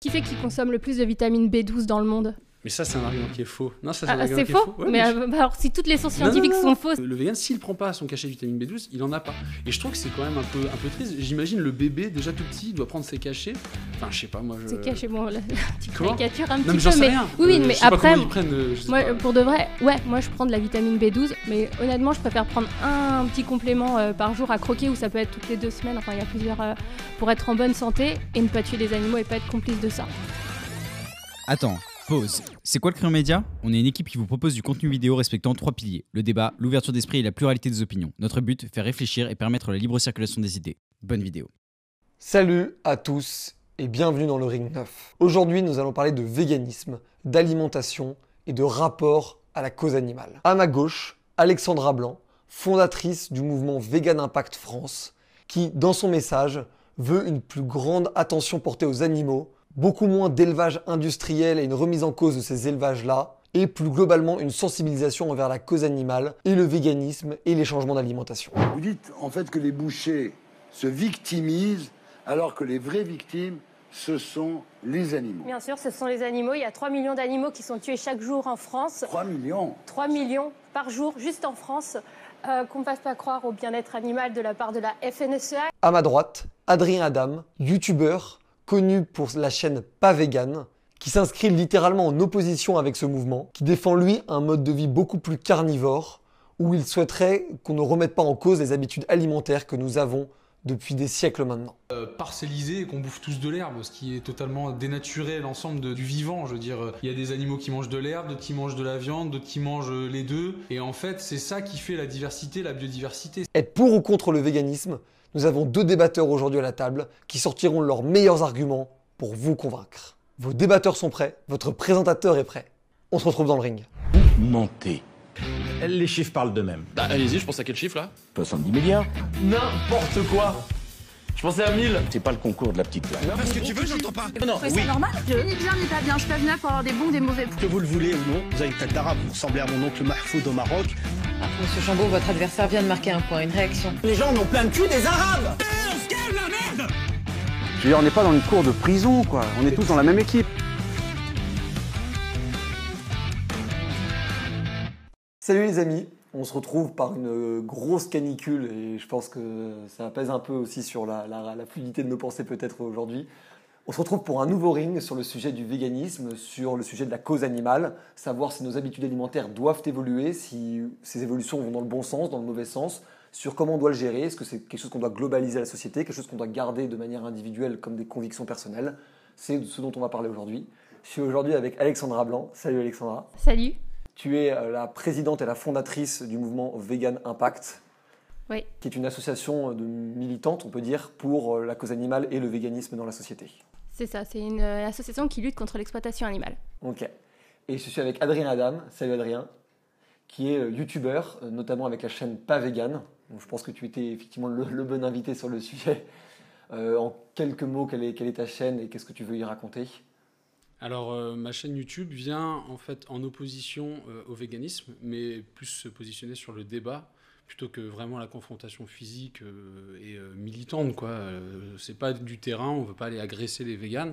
qui fait qu'ils consomment le plus de vitamine B12 dans le monde? Mais ça, c'est un argument qui est faux. Non, ça, c'est un argument c'est qui faux, est faux. Ouais, mais alors si toutes les sources scientifiques non. sont fausses... Le vegan, s'il prend pas son cachet de vitamine B12, il en a pas. Et je trouve que c'est quand même un peu triste. J'imagine le bébé, déjà tout petit, il doit prendre ses cachets. Enfin, je sais pas, moi je... C'est caché, bon, la petite Comment caricature un non, petit mais j'en peu, sais mais... rien. Oui, mais je sais après, pas comment ils prennent, je sais moi, pas. pour de vrai, ouais, moi je prends de la vitamine B12, mais honnêtement, je préfère prendre un petit complément par jour à croquer, ou ça peut être toutes les 2 semaines, enfin il y a plusieurs... pour être en bonne santé, et ne pas tuer les animaux et pas être complice de ça. Attends, pause. C'est quoi le Crayon Média ? On est une équipe qui vous propose du contenu vidéo respectant 3 piliers. Le débat, l'ouverture d'esprit et la pluralité des opinions. Notre but, faire réfléchir et permettre la libre circulation des idées. Bonne vidéo. Salut à tous et bienvenue dans le Ring 9. Aujourd'hui, nous allons parler de véganisme, d'alimentation et de rapport à la cause animale. À ma gauche, Alexandra Blanc, fondatrice du mouvement Vegan Impact France, qui, dans son message, veut une plus grande attention portée aux animaux, beaucoup moins d'élevage industriel et une remise en cause de ces élevages-là, et plus globalement une sensibilisation envers la cause animale et le véganisme et les changements d'alimentation. Vous dites en fait que les bouchers se victimisent alors que les vraies victimes, ce sont les animaux. Bien sûr, ce sont les animaux. Il y a 3 millions d'animaux qui sont tués chaque jour en France. 3 millions 3 millions par jour, juste en France. Qu'on ne fasse pas croire au bien-être animal de la part de la FNSEA. À ma droite, Adrien Adam, youtubeur, connu pour la chaîne Pas Vegan, qui s'inscrit littéralement en opposition avec ce mouvement, qui défend lui un mode de vie beaucoup plus carnivore, où il souhaiterait qu'on ne remette pas en cause les habitudes alimentaires que nous avons depuis des siècles maintenant. Parcelliser et qu'on bouffe tous de l'herbe, ce qui est totalement dénaturé l'ensemble du vivant. Je veux dire, il y a des animaux qui mangent de l'herbe, d'autres qui mangent de la viande, d'autres qui mangent les deux. Et en fait, c'est ça qui fait la diversité, la biodiversité. Être pour ou contre le véganisme, nous avons 2 débatteurs aujourd'hui à la table qui sortiront leurs meilleurs arguments pour vous convaincre. Vos débatteurs sont prêts, votre présentateur est prêt. On se retrouve dans le ring. Mentez. Les chiffres parlent d'eux-mêmes. Bah allez-y, je pense à quel chiffre là 70 milliards. N'importe quoi. Je pensais à 1000. C'est pas le concours de la petite blague. Parce que tu veux, j'entends pas. Non, C'est normal. Ni bien ni pas bien. Je peux venir pour avoir des bons, des mauvais. Que vous le voulez ou non, vous avez une tête d'arabe, vous ressemblez à mon oncle Mahfoud au Maroc. Monsieur Chambaud, votre adversaire vient de marquer un point, une réaction. Les gens en ont plein le cul des arabes. Je veux dire, on n'est pas dans une cour de prison, quoi. On est tous dans la même équipe. Salut les amis, on se retrouve par une grosse canicule et je pense que ça pèse un peu aussi sur la fluidité de nos pensées peut-être aujourd'hui. On se retrouve pour un nouveau ring sur le sujet du véganisme, sur le sujet de la cause animale, savoir si nos habitudes alimentaires doivent évoluer, si ces évolutions vont dans le bon sens, dans le mauvais sens, sur comment on doit le gérer, est-ce que c'est quelque chose qu'on doit globaliser à la société, quelque chose qu'on doit garder de manière individuelle comme des convictions personnelles. C'est ce dont on va parler aujourd'hui. Je suis aujourd'hui avec Alexandra Blanc. Salut Alexandra. Salut. Tu es la présidente et la fondatrice du mouvement Vegan Impact, oui, qui est une association de militantes, on peut dire, pour la cause animale et le véganisme dans la société. C'est ça, c'est une association qui lutte contre l'exploitation animale. Ok. Et je suis avec Adrien Adam, salut Adrien, qui est youtubeur, notamment avec la chaîne Pas Vegan. Donc je pense que tu étais effectivement le bon invité sur le sujet. En quelques mots, quelle est ta chaîne et qu'est-ce que tu veux y raconter ? Alors, ma chaîne YouTube vient en fait en opposition au véganisme, mais plus se positionner sur le débat, plutôt que vraiment la confrontation physique et militante, quoi. C'est pas du terrain, on veut pas aller agresser les véganes,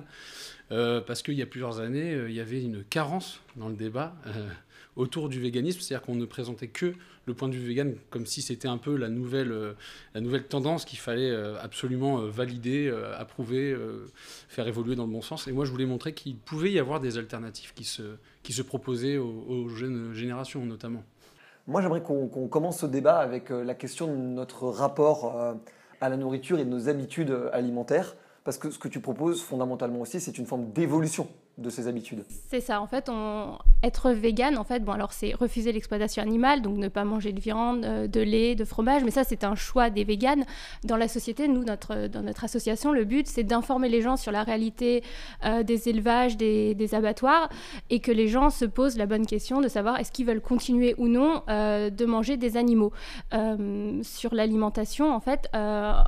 parce qu'il y a plusieurs années, il y avait une carence dans le débat autour du véganisme, c'est-à-dire qu'on ne présentait que le point de vue vegan comme si c'était un peu la nouvelle tendance qu'il fallait absolument valider, approuver, faire évoluer dans le bon sens. Et moi, je voulais montrer qu'il pouvait y avoir des alternatives qui se proposaient aux jeunes générations, notamment. Moi, j'aimerais qu'on commence ce débat avec la question de notre rapport à la nourriture et de nos habitudes alimentaires. Parce que ce que tu proposes, fondamentalement aussi, c'est une forme d'évolution de ces habitudes. C'est ça, en fait, être vegan, en fait, bon, alors c'est refuser l'exploitation animale, donc ne pas manger de viande, de lait, de fromage, mais ça, c'est un choix des véganes. Dans la société, nous, dans notre association, le but, c'est d'informer les gens sur la réalité des élevages, des abattoirs, et que les gens se posent la bonne question de savoir est-ce qu'ils veulent continuer ou non de manger des animaux. Sur l'alimentation, en fait,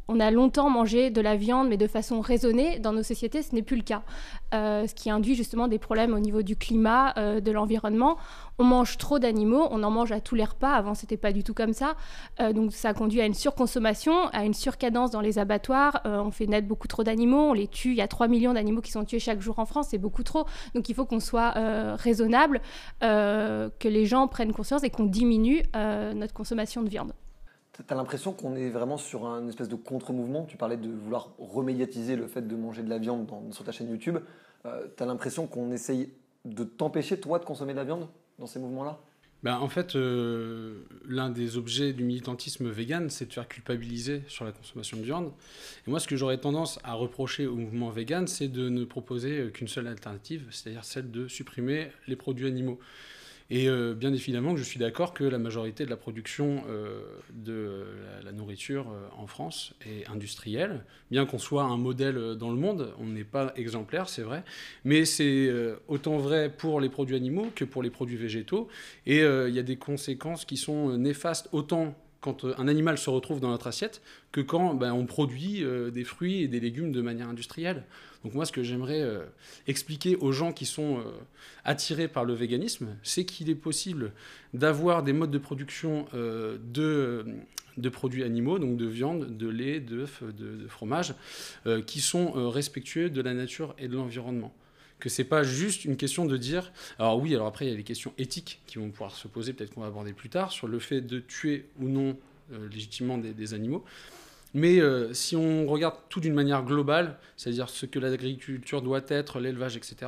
on a longtemps mangé de la viande, mais de façon raisonnée. Dans nos sociétés, ce n'est plus le cas. Ce qui induit justement des problèmes au niveau du climat, de l'environnement. On mange trop d'animaux, on en mange à tous les repas. Avant, ce n'était pas du tout comme ça. Donc ça conduit à une surconsommation, à une surcadence dans les abattoirs. On fait naître beaucoup trop d'animaux, on les tue. Il y a 3 millions d'animaux qui sont tués chaque jour en France, c'est beaucoup trop. Donc il faut qu'on soit raisonnable, que les gens prennent conscience et qu'on diminue notre consommation de viande. T'as l'impression qu'on est vraiment sur un espèce de contre-mouvement. Tu parlais de vouloir remédiatiser le fait de manger de la viande sur ta chaîne YouTube. T'as l'impression qu'on essaye de t'empêcher, toi, de consommer de la viande dans ces mouvements-là ? En fait, l'un des objets du militantisme vegan, c'est de faire culpabiliser sur la consommation de viande. Et moi, ce que j'aurais tendance à reprocher au mouvement vegan, c'est de ne proposer qu'une seule alternative, c'est-à-dire celle de supprimer les produits animaux. Et bien évidemment que je suis d'accord que la majorité de la production de la nourriture en France est industrielle. Bien qu'on soit un modèle dans le monde, on n'est pas exemplaire, c'est vrai. Mais c'est autant vrai pour les produits animaux que pour les produits végétaux. Et il y a des conséquences qui sont néfastes autant quand un animal se retrouve dans notre assiette que quand on produit des fruits et des légumes de manière industrielle. Donc moi, ce que j'aimerais expliquer aux gens qui sont attirés par le véganisme, c'est qu'il est possible d'avoir des modes de production de produits animaux, donc de viande, de lait, d'œufs, de fromage, qui sont respectueux de la nature et de l'environnement. Que c'est pas juste une question de dire... Alors oui, alors après, il y a les questions éthiques qui vont pouvoir se poser, peut-être qu'on va aborder plus tard, sur le fait de tuer ou non légitimement des animaux. Mais si on regarde tout d'une manière globale, c'est-à-dire ce que l'agriculture doit être, l'élevage, etc.,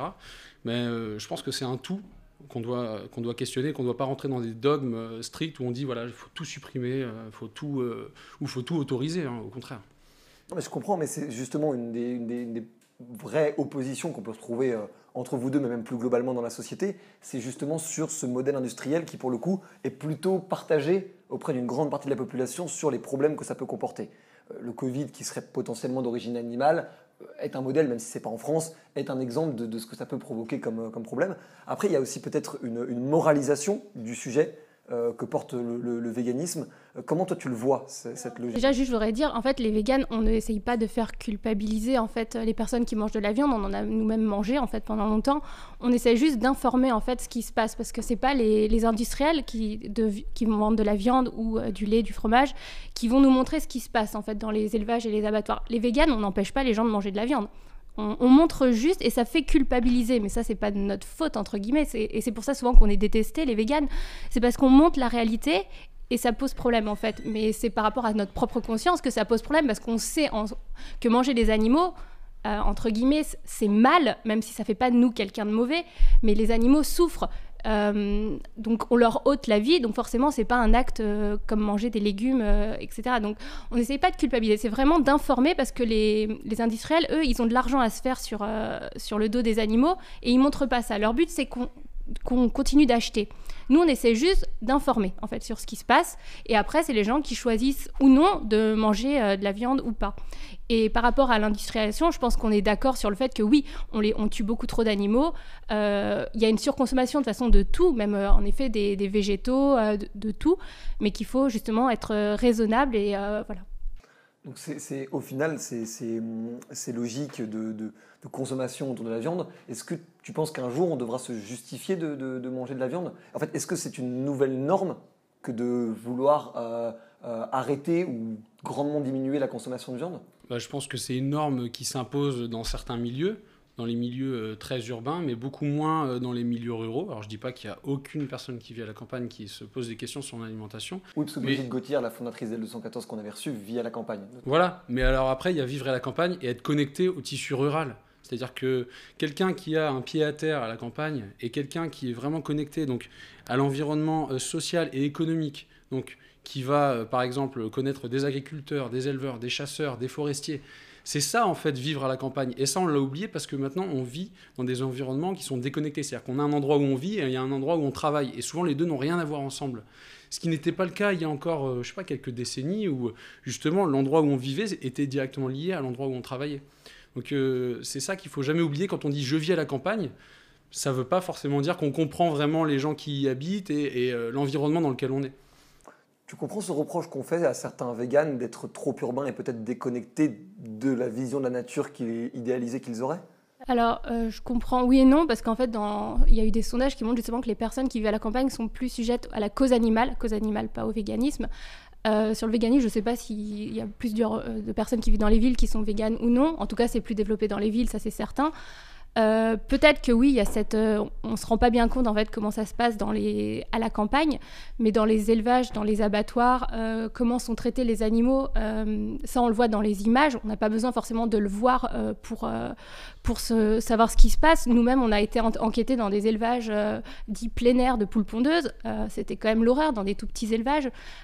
je pense que c'est un tout qu'on doit questionner, qu'on ne doit pas rentrer dans des dogmes stricts où on dit, voilà, il faut tout supprimer, il faut tout autoriser, hein, au contraire. Non, mais je comprends, mais c'est justement une des vraie opposition qu'on peut retrouver entre vous deux, mais même plus globalement dans la société, c'est justement sur ce modèle industriel qui, pour le coup, est plutôt partagé auprès d'une grande partie de la population sur les problèmes que ça peut comporter. Le Covid, qui serait potentiellement d'origine animale, est un modèle, même si ce n'est pas en France, est un exemple de ce que ça peut provoquer comme problème. Après, il y a aussi peut-être une moralisation du sujet que porte le véganisme. Comment toi tu le vois, cette logique ? Déjà, juste, je voudrais dire, en fait, les véganes, on n'essaye pas de faire culpabiliser en fait, les personnes qui mangent de la viande. On en a nous-mêmes mangé en fait, pendant longtemps. On essaie juste d'informer en fait, ce qui se passe, parce que ce n'est pas les industriels qui vont vendre de la viande ou du lait, du fromage, qui vont nous montrer ce qui se passe en fait, dans les élevages et les abattoirs. Les véganes, on n'empêche pas les gens de manger de la viande. On montre juste, et ça fait culpabiliser, mais ça, c'est pas de notre faute, entre guillemets, et c'est pour ça souvent qu'on est détestés, les véganes, c'est parce qu'on montre la réalité, et ça pose problème, en fait. Mais c'est par rapport à notre propre conscience que ça pose problème, parce qu'on sait que manger des animaux, entre guillemets, c'est mal, même si ça fait pas de nous quelqu'un de mauvais, mais les animaux souffrent. Donc on leur ôte la vie, donc forcément c'est pas un acte comme manger des légumes, etc. Donc on n'essaye pas de culpabiliser, c'est vraiment d'informer, parce que les industriels, eux, ils ont de l'argent à se faire sur le dos des animaux, et ils montrent pas ça. Leur but, c'est qu'on continue d'acheter. Nous, on essaie juste d'informer en fait sur ce qui se passe, et après c'est les gens qui choisissent ou non de manger de la viande ou pas. Et par rapport à l'industrialisation, je pense qu'on est d'accord sur le fait que oui, on tue beaucoup trop d'animaux. Il y a une surconsommation de façon de tout, même en effet des végétaux, de tout, mais qu'il faut justement être raisonnable et voilà. Donc au final, c'est logique de consommation autour de la viande. Est-ce que tu penses qu'un jour, on devra se justifier de manger de la viande ? En fait, est-ce que c'est une nouvelle norme que de vouloir arrêter ou grandement diminuer la consommation de viande ? Je pense que c'est une norme qui s'impose dans certains milieux, dans les milieux très urbains, mais beaucoup moins dans les milieux ruraux. Alors je ne dis pas qu'il n'y a aucune personne qui vit à la campagne qui se pose des questions sur l'alimentation. Oui, parce que Brigitte Gauthier, la fondatrice d'L214 qu'on avait reçue, vit à la campagne. Voilà, mais alors après, il y a vivre à la campagne et être connecté au tissu rural. C'est-à-dire que quelqu'un qui a un pied à terre à la campagne et quelqu'un qui est vraiment connecté donc, à l'environnement social et économique, donc, qui va, par exemple, connaître des agriculteurs, des éleveurs, des chasseurs, des forestiers. C'est ça, en fait, vivre à la campagne. Et ça, on l'a oublié parce que maintenant, on vit dans des environnements qui sont déconnectés. C'est-à-dire qu'on a un endroit où on vit et il y a un endroit où on travaille. Et souvent, les deux n'ont rien à voir ensemble. Ce qui n'était pas le cas il y a encore, je sais pas, quelques décennies où, justement, l'endroit où on vivait était directement lié à l'endroit où on travaillait. Donc, c'est ça qu'il ne faut jamais oublier quand on dit « je vis à la campagne ». Ça ne veut pas forcément dire qu'on comprend vraiment les gens qui y habitent et l'environnement dans lequel on est. Tu comprends ce reproche qu'on fait à certains véganes d'être trop urbains et peut-être déconnectés de la vision de la nature idéalisée qu'ils auraient? Alors, je comprends oui et non, parce qu'en fait, il y a eu des sondages qui montrent justement que les personnes qui vivent à la campagne sont plus sujettes à la cause animale, pas au véganisme. Sur le véganisme, je ne sais pas s'il y a plus de personnes qui vivent dans les villes qui sont véganes ou non. En tout cas, c'est plus développé dans les villes, ça c'est certain. Peut-être que oui, il y a on se rend pas bien compte en fait comment ça se passe à la campagne, mais dans les élevages, dans les abattoirs, comment sont traités les animaux, ça on le voit dans les images. On n'a pas besoin forcément de le voir pour savoir ce qui se passe. Nous-mêmes, on a été enquêtés dans des élevages dits plein air de poules pondeuses. C'était quand même l'horreur dans des tout petits élevages.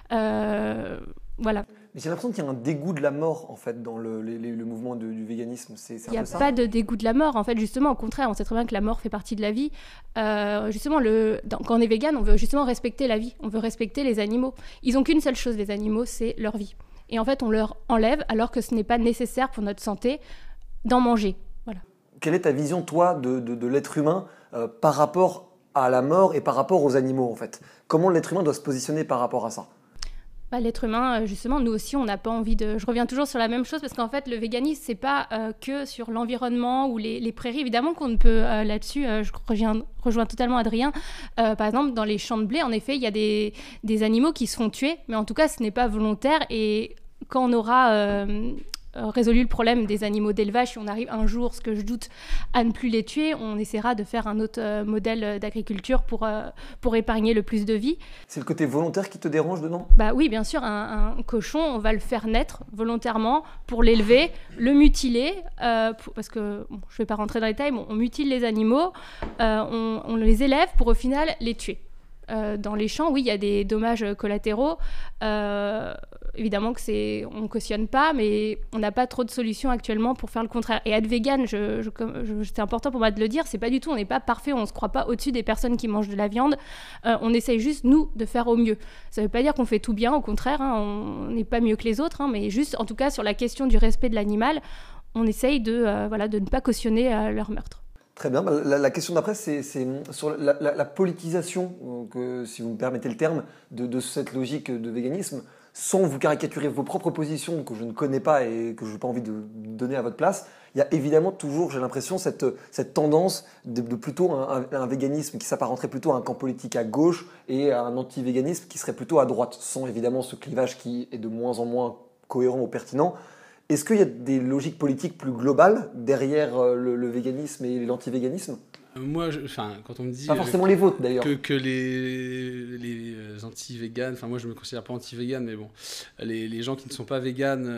Voilà. Mais j'ai l'impression qu'il y a un dégoût de la mort, en fait, dans le mouvement du véganisme. Il n'y a pas de dégoût de la mort, en fait, justement, au contraire, on sait très bien que la mort fait partie de la vie. Justement, quand on est végane, on veut justement respecter la vie, on veut respecter les animaux. Ils n'ont qu'une seule chose, les animaux, c'est leur vie. Et en fait, on leur enlève, alors que ce n'est pas nécessaire pour notre santé d'en manger. Voilà. Quelle est ta vision, toi, de l'être humain par rapport à la mort et par rapport aux animaux, en fait? Comment l'être humain doit se positionner par rapport à ça? L'être humain, justement, nous aussi, on n'a pas envie de... Je reviens toujours sur la même chose, parce qu'en fait, le véganisme, c'est pas que sur l'environnement ou les prairies. Évidemment qu'on ne peut, là-dessus, je rejoins totalement Adrien. Par exemple, dans les champs de blé, en effet, il y a des animaux qui se font tuer, mais en tout cas, ce n'est pas volontaire. Et quand on aura résolu le problème des animaux d'élevage, si on arrive un jour, ce que je doute, à ne plus les tuer, on essaiera de faire un autre modèle d'agriculture pour épargner le plus de vie. C'est le côté volontaire qui te dérange dedans? Bah oui, bien sûr, un cochon, on va le faire naître volontairement pour l'élever, le mutiler, parce que bon, je ne vais pas rentrer dans les détails, mais on mutile les animaux, on les élève pour au final les tuer. Dans les champs, oui, il y a des dommages collatéraux. Évidemment que on ne cautionne pas, mais on n'a pas trop de solutions actuellement pour faire le contraire. Et être vegan, c'est important pour moi de le dire, c'est pas du tout, on n'est pas parfait, on ne se croit pas au-dessus des personnes qui mangent de la viande. On essaye juste, nous, de faire au mieux. Ça ne veut pas dire qu'on fait tout bien, au contraire, hein, on n'est pas mieux que les autres, hein, mais juste, en tout cas, sur la question du respect de l'animal, on essaye de ne pas cautionner leur meurtre. Très bien. La question d'après, c'est sur la politisation, si vous me permettez le terme, de cette logique de véganisme, sans vous caricaturer vos propres positions que je ne connais pas et que je n'ai pas envie de donner à votre place. Il y a évidemment toujours, j'ai l'impression, cette tendance de plutôt un véganisme qui s'apparenterait plutôt à un camp politique à gauche et à un anti-véganisme qui serait plutôt à droite, sans évidemment ce clivage qui est de moins en moins cohérent ou pertinent. Est-ce qu'il y a des logiques politiques plus globales derrière le véganisme et l'anti-véganisme? Moi, quand on me dit... Pas forcément les vôtres, d'ailleurs. Que les anti-véganes... Enfin, moi, je ne me considère pas anti-végane, mais bon. Les gens qui ne sont pas véganes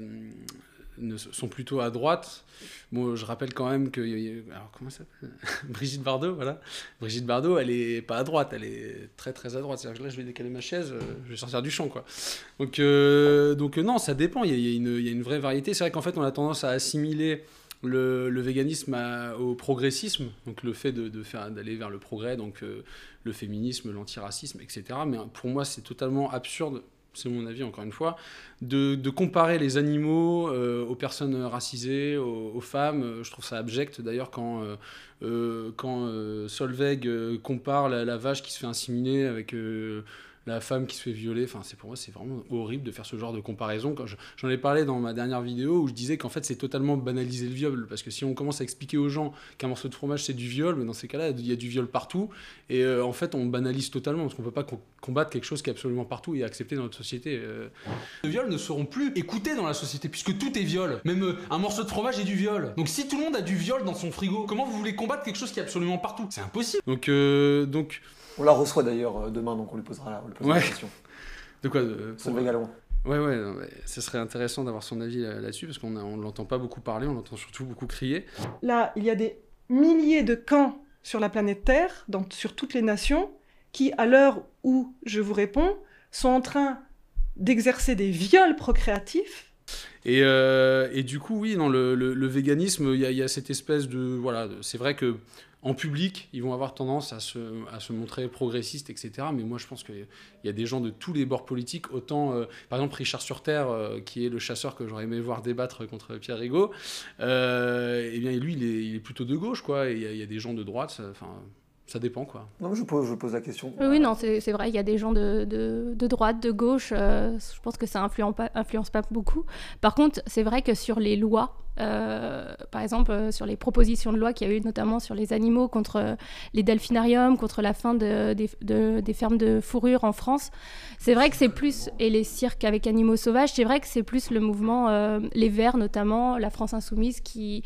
sont plutôt à droite. Bon, je rappelle quand même que... Alors, comment ça s'appelle? Brigitte Bardot, voilà. Brigitte Bardot, elle n'est pas à droite, elle est très, très à droite. C'est-à-dire que là, je vais décaler ma chaise, je vais sortir du champ, quoi. Donc non, ça dépend. Il y a une vraie variété. C'est vrai qu'en fait, on a tendance à assimiler le véganisme au progressisme, donc le fait d'aller vers le progrès, donc le féminisme, l'antiracisme, etc. Mais pour moi, c'est totalement absurde, c'est mon avis encore une fois, de comparer les animaux aux personnes racisées, aux femmes. Je trouve ça abject d'ailleurs quand Solveig compare la vache qui se fait inséminer avec... la femme qui se fait violer, pour moi c'est vraiment horrible de faire ce genre de comparaison. J'en ai parlé dans ma dernière vidéo où je disais qu'en fait c'est totalement banaliser le viol, parce que si on commence à expliquer aux gens qu'un morceau de fromage c'est du viol, mais dans ces cas-là il y a du viol partout, et en fait on banalise totalement, parce qu'on peut pas combattre quelque chose qui est absolument partout et accepté dans notre société. Les viols ne seront plus écoutés dans la société, puisque tout est viol. Même un morceau de fromage est du viol. Donc si tout le monde a du viol dans son frigo, comment vous voulez combattre quelque chose qui est absolument partout? C'est impossible. Donc on la reçoit d'ailleurs demain, donc on lui posera la question. De quoi Solveig Galland. Ouais, ce serait intéressant d'avoir son avis là-dessus, parce qu'on ne l'entend pas beaucoup parler, on l'entend surtout beaucoup crier. Là, il y a des milliers de camps sur la planète Terre, sur toutes les nations, qui, à l'heure où je vous réponds, sont en train d'exercer des viols procréatifs. Et du coup, oui, dans le véganisme, il y a cette espèce de... Voilà, c'est vrai que en public, ils vont avoir tendance à se montrer progressistes, etc. Mais moi, je pense qu'il y a des gens de tous les bords politiques. Autant, par exemple, Richard Surterre, qui est le chasseur que j'aurais aimé voir débattre contre Pierre Rigaud, eh bien, lui, il est plutôt de gauche, quoi. Et il y a des gens de droite, Ça dépend, quoi. Non, je pose la question. Oui, non, c'est vrai, il y a des gens de droite, de gauche, je pense que ça influence pas beaucoup. Par contre, c'est vrai que sur les lois, par exemple, sur les propositions de loi qu'il y a eu notamment sur les animaux, contre les delphinariums, contre la fin des fermes de fourrure en France, c'est vrai que c'est plus, et les cirques avec animaux sauvages, c'est vrai que c'est plus le mouvement, les Verts notamment, la France Insoumise, qui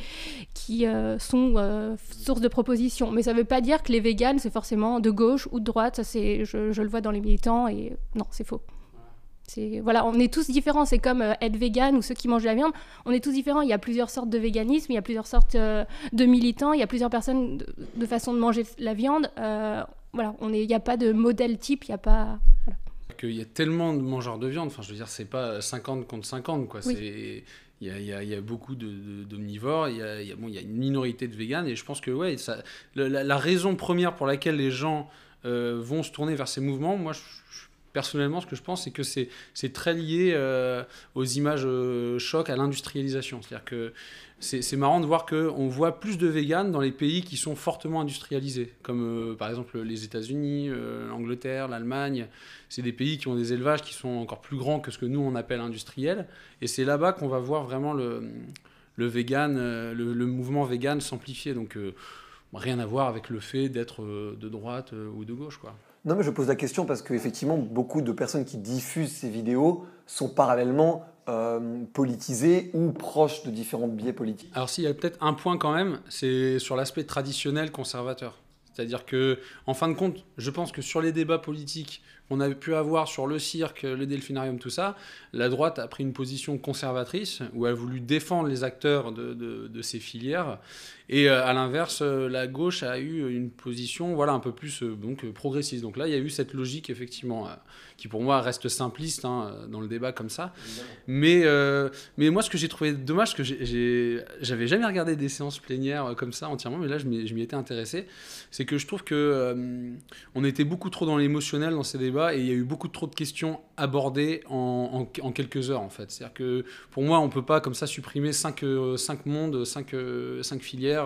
sont source de propositions. Mais ça ne veut pas dire que les véganes, c'est forcément de gauche ou de droite, ça, je le vois dans les militants, et non, c'est faux. Voilà, on est tous différents, c'est comme être végane ou ceux qui mangent de la viande, on est tous différents, il y a plusieurs sortes de véganisme, il y a plusieurs sortes de militants, il y a plusieurs personnes de façon de manger la viande, voilà, il n'y a pas de modèle type, il n'y a pas... Voilà. Il y a tellement de mangeurs de viande, enfin je veux dire, c'est pas 50 contre 50, quoi, oui. Il y a beaucoup d'omnivores, il y a une minorité de véganes, et je pense que ouais, la raison première pour laquelle les gens vont se tourner vers ces mouvements, moi personnellement, ce que je pense, c'est que c'est très lié aux images chocs, à l'industrialisation. C'est-à-dire que c'est marrant de voir qu'on voit plus de véganes dans les pays qui sont fortement industrialisés, comme par exemple les États-Unis, l'Angleterre, l'Allemagne. C'est des pays qui ont des élevages qui sont encore plus grands que ce que nous, on appelle industriel. Et c'est là-bas qu'on va voir vraiment le mouvement vegan s'amplifier. Donc, rien à voir avec le fait d'être de droite ou de gauche, quoi. Non, mais je pose la question parce qu'effectivement, beaucoup de personnes qui diffusent ces vidéos sont parallèlement politisées ou proches de différents biais politiques. Alors s'il y a peut-être un point quand même, c'est sur l'aspect traditionnel conservateur. C'est-à-dire que, en fin de compte, je pense que sur les débats politiques qu'on a pu avoir sur le cirque, le delphinarium, tout ça, la droite a pris une position conservatrice où elle a voulu défendre les acteurs de ces filières. Et à l'inverse, la gauche a eu une position un peu plus progressiste. Donc là, il y a eu cette logique, effectivement, qui pour moi reste simpliste dans le débat comme ça. Mais moi, ce que j'ai trouvé dommage, parce que j'avais jamais regardé des séances plénières comme ça entièrement, mais là, je m'y étais intéressé, c'est que je trouve qu'on était beaucoup trop dans l'émotionnel dans ces débats et il y a eu beaucoup trop de questions abordées en quelques heures, en fait. C'est-à-dire que pour moi, on ne peut pas comme ça supprimer 5 mondes, 5 filières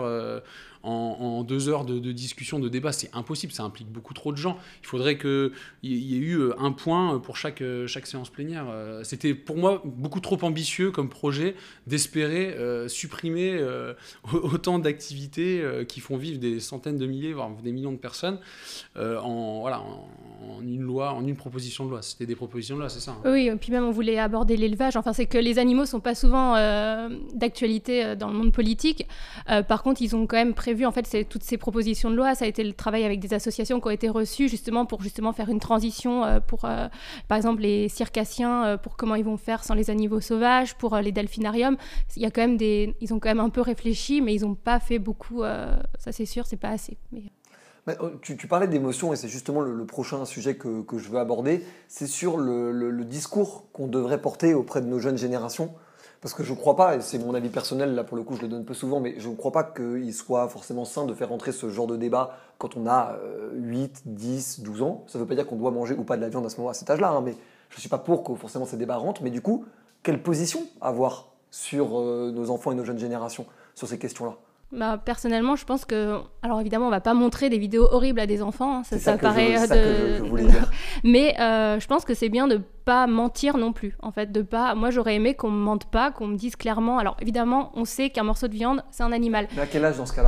en 2 heures de discussion, de débat. C'est impossible, ça implique beaucoup trop de gens. Il faudrait qu'il y ait eu un point pour chaque séance plénière. C'était pour moi beaucoup trop ambitieux comme projet d'espérer supprimer autant d'activités qui font vivre des centaines de milliers, voire des millions de personnes en une loi, en une proposition de loi. C'était des propositions de loi, c'est ça, hein. Oui, et puis même on voulait aborder l'élevage. Enfin, c'est que les animaux ne sont pas souvent d'actualité dans le monde politique. Par contre, ils ont quand même prévu, en fait, toutes ces propositions de loi, ça a été le travail avec des associations qui ont été reçues pour faire une transition pour, par exemple, les circassiens, pour comment ils vont faire sans les animaux sauvages, pour les delphinariums. Il y a quand même ils ont quand même un peu réfléchi, mais ils n'ont pas fait beaucoup, ça c'est sûr, c'est pas assez. Mais... Tu parlais d'émotion et c'est justement le prochain sujet que je veux aborder. C'est sur le discours qu'on devrait porter auprès de nos jeunes générations. Parce que je ne crois pas, et c'est mon avis personnel, là pour le coup je le donne peu souvent, mais je ne crois pas qu'il soit forcément sain de faire rentrer ce genre de débat quand on a 8, 10, 12 ans. Ça ne veut pas dire qu'on doit manger ou pas de la viande à cet âge-là, hein, mais je ne suis pas pour que forcément ces débats rentrent. Mais du coup, quelle position avoir sur nos enfants et nos jeunes générations sur ces questions-là ? Personnellement, je pense que... Alors évidemment, on va pas montrer des vidéos horribles à des enfants. Ça paraît... je voulais dire. Mais je pense que c'est bien de pas mentir non plus. En fait, de pas... Moi, j'aurais aimé qu'on me mente pas, qu'on me dise clairement... Alors évidemment, on sait qu'un morceau de viande, c'est un animal. Mais à quel âge dans ce cas-là ?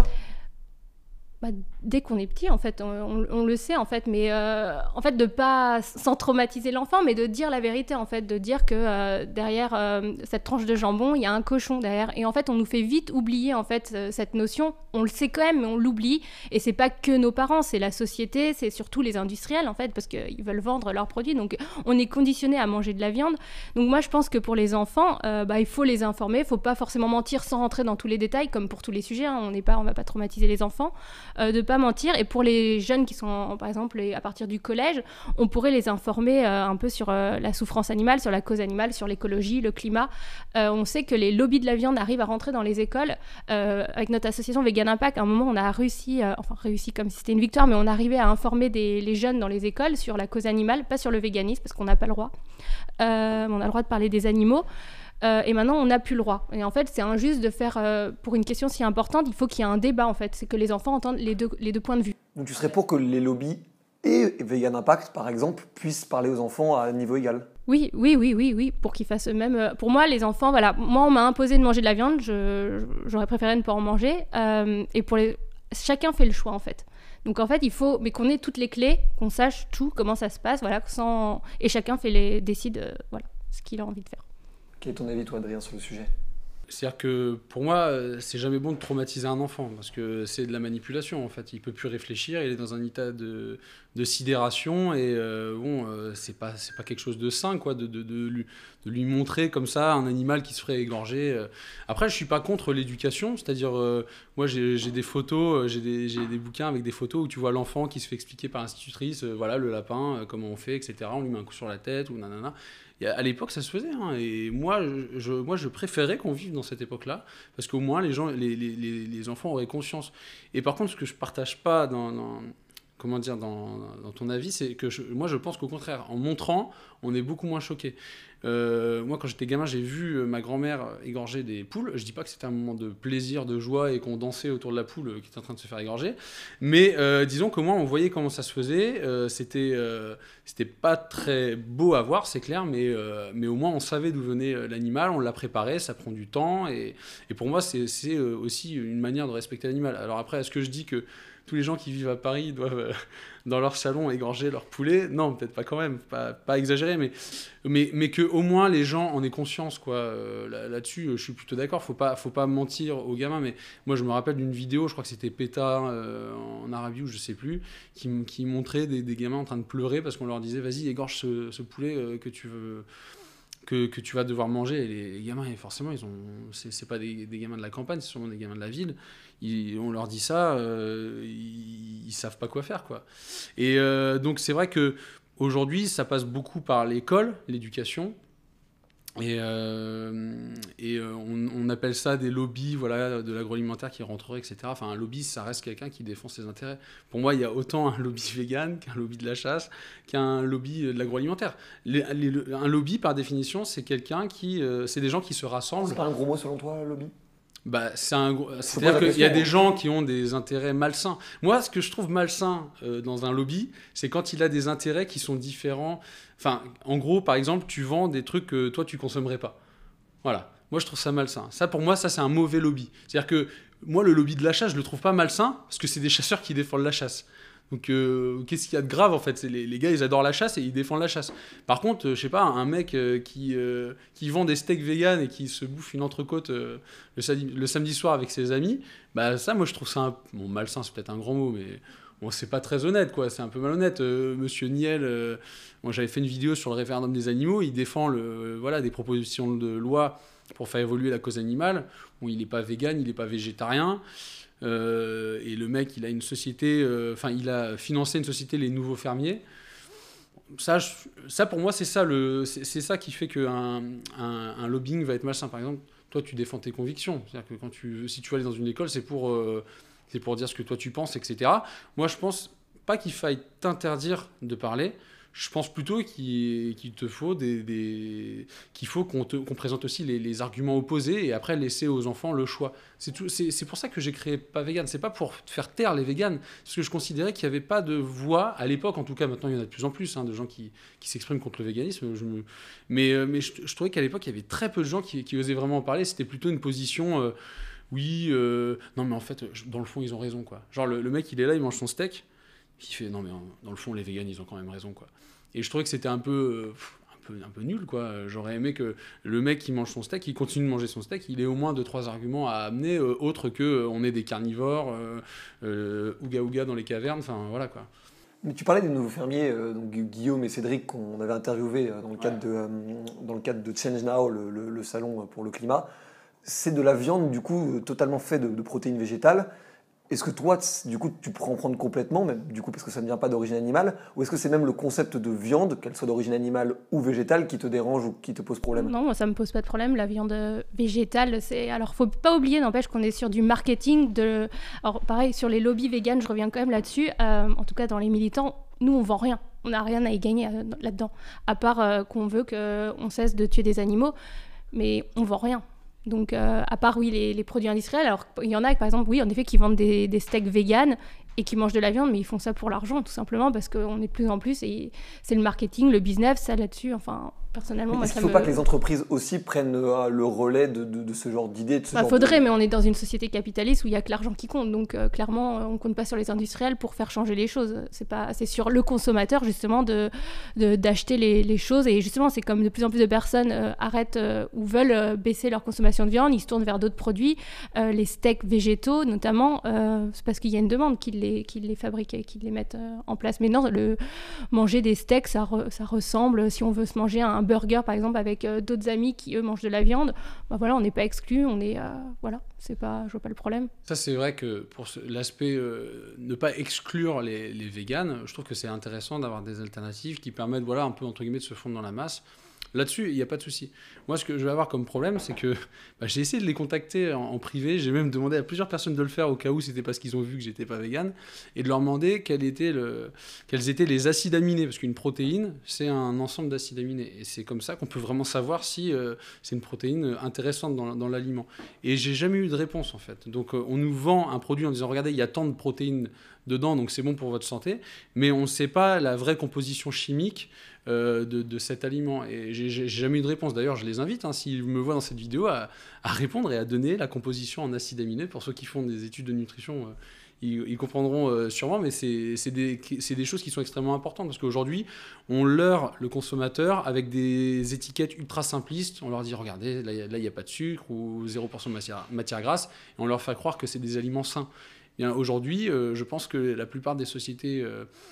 Dès qu'on est petit, en fait, on le sait, en fait, mais en fait, de pas sans traumatiser l'enfant, mais de dire la vérité, en fait, de dire que derrière cette tranche de jambon, il y a un cochon derrière, et en fait, on nous fait vite oublier, en fait, cette notion. On le sait quand même, mais on l'oublie, et c'est pas que nos parents, c'est la société, c'est surtout les industriels, en fait, parce qu'ils veulent vendre leurs produits, donc on est conditionné à manger de la viande. Donc moi, je pense que pour les enfants, il faut les informer, il faut pas forcément mentir sans rentrer dans tous les détails, comme pour tous les sujets, hein, on va pas traumatiser les enfants. De pas mentir, et pour les jeunes qui sont par exemple à partir du collège, on pourrait les informer un peu sur la souffrance animale, sur la cause animale, sur l'écologie, le climat. On sait que les lobbies de la viande arrivent à rentrer dans les écoles. Avec notre association Vegan Impact, à un moment on a réussi comme si c'était une victoire, mais on arrivait à informer les jeunes dans les écoles sur la cause animale, pas sur le véganisme parce qu'on n'a pas le droit. On a le droit de parler des animaux. Et maintenant, on n'a plus le droit. Et en fait, c'est injuste de faire, pour une question si importante, il faut qu'il y ait un débat, en fait. C'est que les enfants entendent les deux points de vue. Donc tu serais pour que les lobbies et Vegan Impact, par exemple, puissent parler aux enfants à un niveau égal? Oui, pour qu'ils fassent eux-mêmes. Pour moi, les enfants, voilà, moi, on m'a imposé de manger de la viande, j'aurais préféré ne pas en manger. Et chacun fait le choix, en fait. Donc, en fait, il faut qu'on ait toutes les clés, qu'on sache tout, comment ça se passe, voilà, et chacun décide voilà, ce qu'il a envie de faire. Quel est ton avis, toi, Adrien, sur le sujet? C'est-à-dire que pour moi, c'est jamais bon de traumatiser un enfant parce que c'est de la manipulation en fait. Il peut plus réfléchir, il est dans un état de sidération et c'est pas quelque chose de sain quoi, de lui montrer comme ça un animal qui se ferait égorger. Après, je suis pas contre l'éducation, c'est-à-dire moi j'ai des photos, j'ai des bouquins avec des photos où tu vois l'enfant qui se fait expliquer par l'institutrice, voilà le lapin, comment on fait, etc. On lui met un coup sur la tête ou nanana. À l'époque, ça se faisait, hein, et moi, je préférais qu'on vive dans cette époque-là, parce qu'au moins, les enfants auraient conscience. Et par contre, ce que je partage pas dans ton avis, c'est que moi, je pense qu'au contraire, en montrant, on est beaucoup moins choqué. Moi, quand j'étais gamin, j'ai vu ma grand-mère égorger des poules. Je dis pas que c'était un moment de plaisir, de joie et qu'on dansait autour de la poule qui était en train de se faire égorger. Mais disons qu'au moins, on voyait comment ça se faisait. C'était pas très beau à voir, c'est clair, mais au moins, on savait d'où venait l'animal, on l'a préparé, ça prend du temps. Et pour moi, c'est aussi une manière de respecter l'animal. Alors après, est-ce que je dis que tous les gens qui vivent à Paris doivent, dans leur salon, égorger leur poulet? Non, peut-être pas quand même, pas exagéré, mais que au moins les gens en aient conscience, quoi. Là-dessus, je suis plutôt d'accord. Faut pas mentir aux gamins. Mais moi, je me rappelle d'une vidéo, je crois que c'était PETA en Arabie ou je sais plus, qui montrait des gamins en train de pleurer parce qu'on leur disait vas-y, égorge ce poulet que tu veux. Que tu vas devoir manger. Et les gamins, forcément, c'est pas des gamins de la campagne, c'est sûrement des gamins de la ville. On leur dit ça, ils savent pas quoi faire, quoi. Et donc c'est vrai que aujourd'hui, ça passe beaucoup par l'école, l'éducation. Et on appelle ça des lobbies, voilà, de l'agroalimentaire qui rentreraient, etc. Enfin, un lobby, ça reste quelqu'un qui défend ses intérêts. Pour moi, il y a autant un lobby vegan qu'un lobby de la chasse, qu'un lobby de l'agroalimentaire. Un lobby, par définition, c'est quelqu'un c'est des gens qui se rassemblent. C'est pas un gros mot selon toi, lobby? C'est-à-dire qu'il y a des gens qui ont des intérêts malsains. Moi, ce que je trouve malsain dans un lobby, c'est quand il a des intérêts qui sont différents. Enfin, en gros, par exemple, tu vends des trucs que toi, tu consommerais pas. Voilà. Moi, je trouve ça malsain. Ça, pour moi, c'est un mauvais lobby. C'est-à-dire que moi, le lobby de la chasse, je le trouve pas malsain parce que c'est des chasseurs qui défendent la chasse. Donc, qu'est-ce qu'il y a de grave, en fait? Les gars, ils adorent la chasse et ils défendent la chasse. Par contre, je sais pas, un mec qui vend des steaks vegan et qui se bouffe une entrecôte le samedi soir avec ses amis, bah ça, moi, je trouve ça malsain, c'est peut-être un grand mot, mais bon, c'est pas très honnête, quoi. C'est un peu malhonnête. Monsieur Niel, moi, j'avais fait une vidéo sur le référendum des animaux. Il défend des propositions de loi pour faire évoluer la cause animale. Bon, il n'est pas vegan, il n'est pas végétarien. Et le mec, il a une société, il a financé une société, les Nouveaux Fermiers. Ça pour moi, c'est ça qui fait qu'un lobbying va être malsain. Par exemple, toi, tu défends tes convictions. C'est-à-dire que si tu vas aller dans une école, c'est pour dire ce que toi tu penses, etc. Moi, je pense pas qu'il faille t'interdire de parler. Je pense plutôt qu'il faut qu'on présente aussi les arguments opposés et après laisser aux enfants le choix. C'est pour ça que j'ai créé Pas Vegan. C'est pas pour faire taire les véganes, parce que je considérais qu'il n'y avait pas de voix à l'époque. En tout cas, maintenant il y en a de plus en plus de gens qui s'expriment contre le véganisme. Mais je trouvais qu'à l'époque il y avait très peu de gens qui osaient vraiment en parler. C'était plutôt une position. Non mais en fait, dans le fond ils ont raison, quoi. Genre le mec il est là, il mange son steak. Qui fait non mais dans le fond les véganes ils ont quand même raison, quoi. Et je trouvais que c'était un peu nul, quoi. J'aurais aimé que le mec qui mange son steak, il continue de manger son steak, il ait au moins 2-3 arguments à amener autres que on est des carnivores, ouga dans les cavernes, enfin voilà, quoi. Mais tu parlais des Nouveaux Fermiers, donc Guillaume et Cédric qu'on avait interviewés dans le cadre de Change Now, le salon pour le climat. C'est de la viande du coup totalement faite de protéines végétales. Est-ce que toi, du coup, tu pourrais en prendre complètement, même, du coup, parce que ça ne vient pas d'origine animale, ou est-ce que c'est même le concept de viande, qu'elle soit d'origine animale ou végétale, qui te dérange ou qui te pose problème? Non, moi, ça me pose pas de problème. La viande végétale, alors faut pas oublier, n'empêche qu'on est sur du marketing. Alors pareil, sur les lobbies véganes, je reviens quand même là-dessus. En tout cas, dans les militants, nous, on vend rien. On n'a rien à y gagner là-dedans, à part qu'on veut qu'on cesse de tuer des animaux, mais on vend rien. Donc, à part, oui, les produits industriels, alors il y en a, par exemple, oui, en effet, qui vendent des steaks véganes, et qui mangent de la viande, mais ils font ça pour l'argent, tout simplement, parce qu'on est de plus en plus, et c'est le marketing, le business, ça là-dessus, enfin, personnellement, moi, est-ce qu'il ne faut pas que les entreprises aussi prennent le relais de ce genre d'idées, faudrait, mais on est dans une société capitaliste où il n'y a que l'argent qui compte, donc clairement, on ne compte pas sur les industriels pour faire changer les choses. C'est sur le consommateur, justement, d'acheter les choses, et justement, c'est comme de plus en plus de personnes arrêtent ou veulent baisser leur consommation de viande, ils se tournent vers d'autres produits, les steaks végétaux, notamment, c'est parce qu'il y a une demande qu'ils les fabriquent et qu'ils les mettent en place. Mais non, manger des steaks, ça ressemble, si on veut se manger un burger, par exemple, avec d'autres amis qui, eux, mangent de la viande, bah voilà, on n'est pas exclus, voilà, je vois pas le problème. Ça, c'est vrai que pour l'aspect ne pas exclure les véganes, je trouve que c'est intéressant d'avoir des alternatives qui permettent, voilà, un peu, entre guillemets, de se fondre dans la masse. Là-dessus, il n'y a pas de souci. Moi, ce que je vais avoir comme problème, c'est que j'ai essayé de les contacter en privé. J'ai même demandé à plusieurs personnes de le faire au cas où c'était parce qu'ils ont vu que j'étais pas vegan, et de leur demander quels étaient les acides aminés. Parce qu'une protéine, c'est un ensemble d'acides aminés. Et c'est comme ça qu'on peut vraiment savoir si c'est une protéine intéressante dans l'aliment. Et j'ai jamais eu de réponse, en fait. Donc, on nous vend un produit en disant, regardez, il y a tant de protéines dedans, donc c'est bon pour votre santé. Mais on ne sait pas la vraie composition chimique de cet aliment, et j'ai jamais eu de réponse. D'ailleurs, je les invite, s'ils me voient dans cette vidéo, à répondre et à donner la composition en acides aminés. Pour ceux qui font des études de nutrition, ils comprendront sûrement, mais c'est des choses qui sont extrêmement importantes, parce qu'aujourd'hui, on leurre le consommateur avec des étiquettes ultra simplistes. On leur dit, regardez, là, il n'y a pas de sucre, ou 0% de matière grasse, et on leur fait croire que c'est des aliments sains. Aujourd'hui, je pense que la plupart des sociétés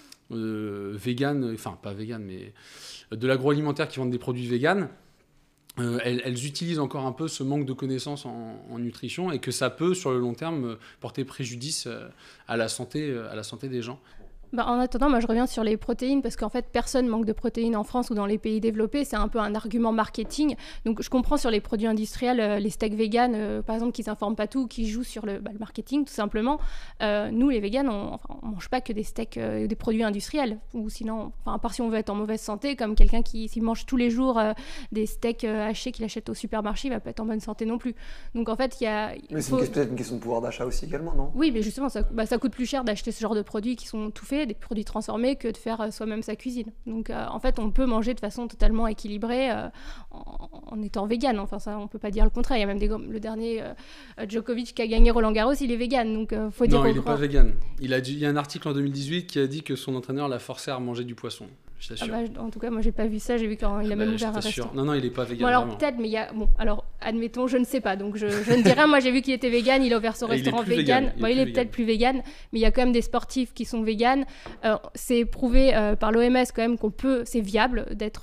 véganes, enfin pas véganes, mais de l'agroalimentaire qui vendent des produits véganes, elles utilisent encore un peu ce manque de connaissances en nutrition, et que ça peut, sur le long terme, porter préjudice à la santé des gens. En attendant, moi je reviens sur les protéines, parce qu'en fait personne manque de protéines en France ou dans les pays développés, c'est un peu un argument marketing. Donc je comprends sur les produits industriels, les steaks véganes par exemple, qui s'informent pas tout, qui jouent sur le marketing tout simplement. Nous les véganes, on mange pas que des steaks, des produits industriels, ou sinon, à part si on veut être en mauvaise santé, comme quelqu'un qui s'il mange tous les jours des steaks hachés qu'il achète au supermarché, il va pas être en bonne santé non plus. Donc en fait Mais c'est peut-être une question de pouvoir d'achat aussi également, non? Oui, mais justement ça coûte plus cher d'acheter ce genre de produits qui sont tout faits, des produits transformés, que de faire soi-même sa cuisine. Donc en fait on peut manger de façon totalement équilibrée en étant vegan. Enfin ça on peut pas dire le contraire. Il y a même le dernier Djokovic qui a gagné Roland Garros, il est vegan, donc faut dire. Non, il est pas vegan. Il y a un article en 2018 qui a dit que son entraîneur l'a forcé à manger du poisson. Je t'assure. En tout cas, moi j'ai pas vu ça, j'ai vu qu'il a même ouvert un restaurant. Non, il est pas vegan. Bon, alors peut-être, mais il y a. Bon, alors admettons, je ne sais pas, donc je ne dis rien. Moi j'ai vu qu'il était vegan, il a ouvert son restaurant vegan. Il est peut-être plus vegan, mais il y a quand même des sportifs qui sont vegan. C'est prouvé par l'OMS quand même c'est viable d'être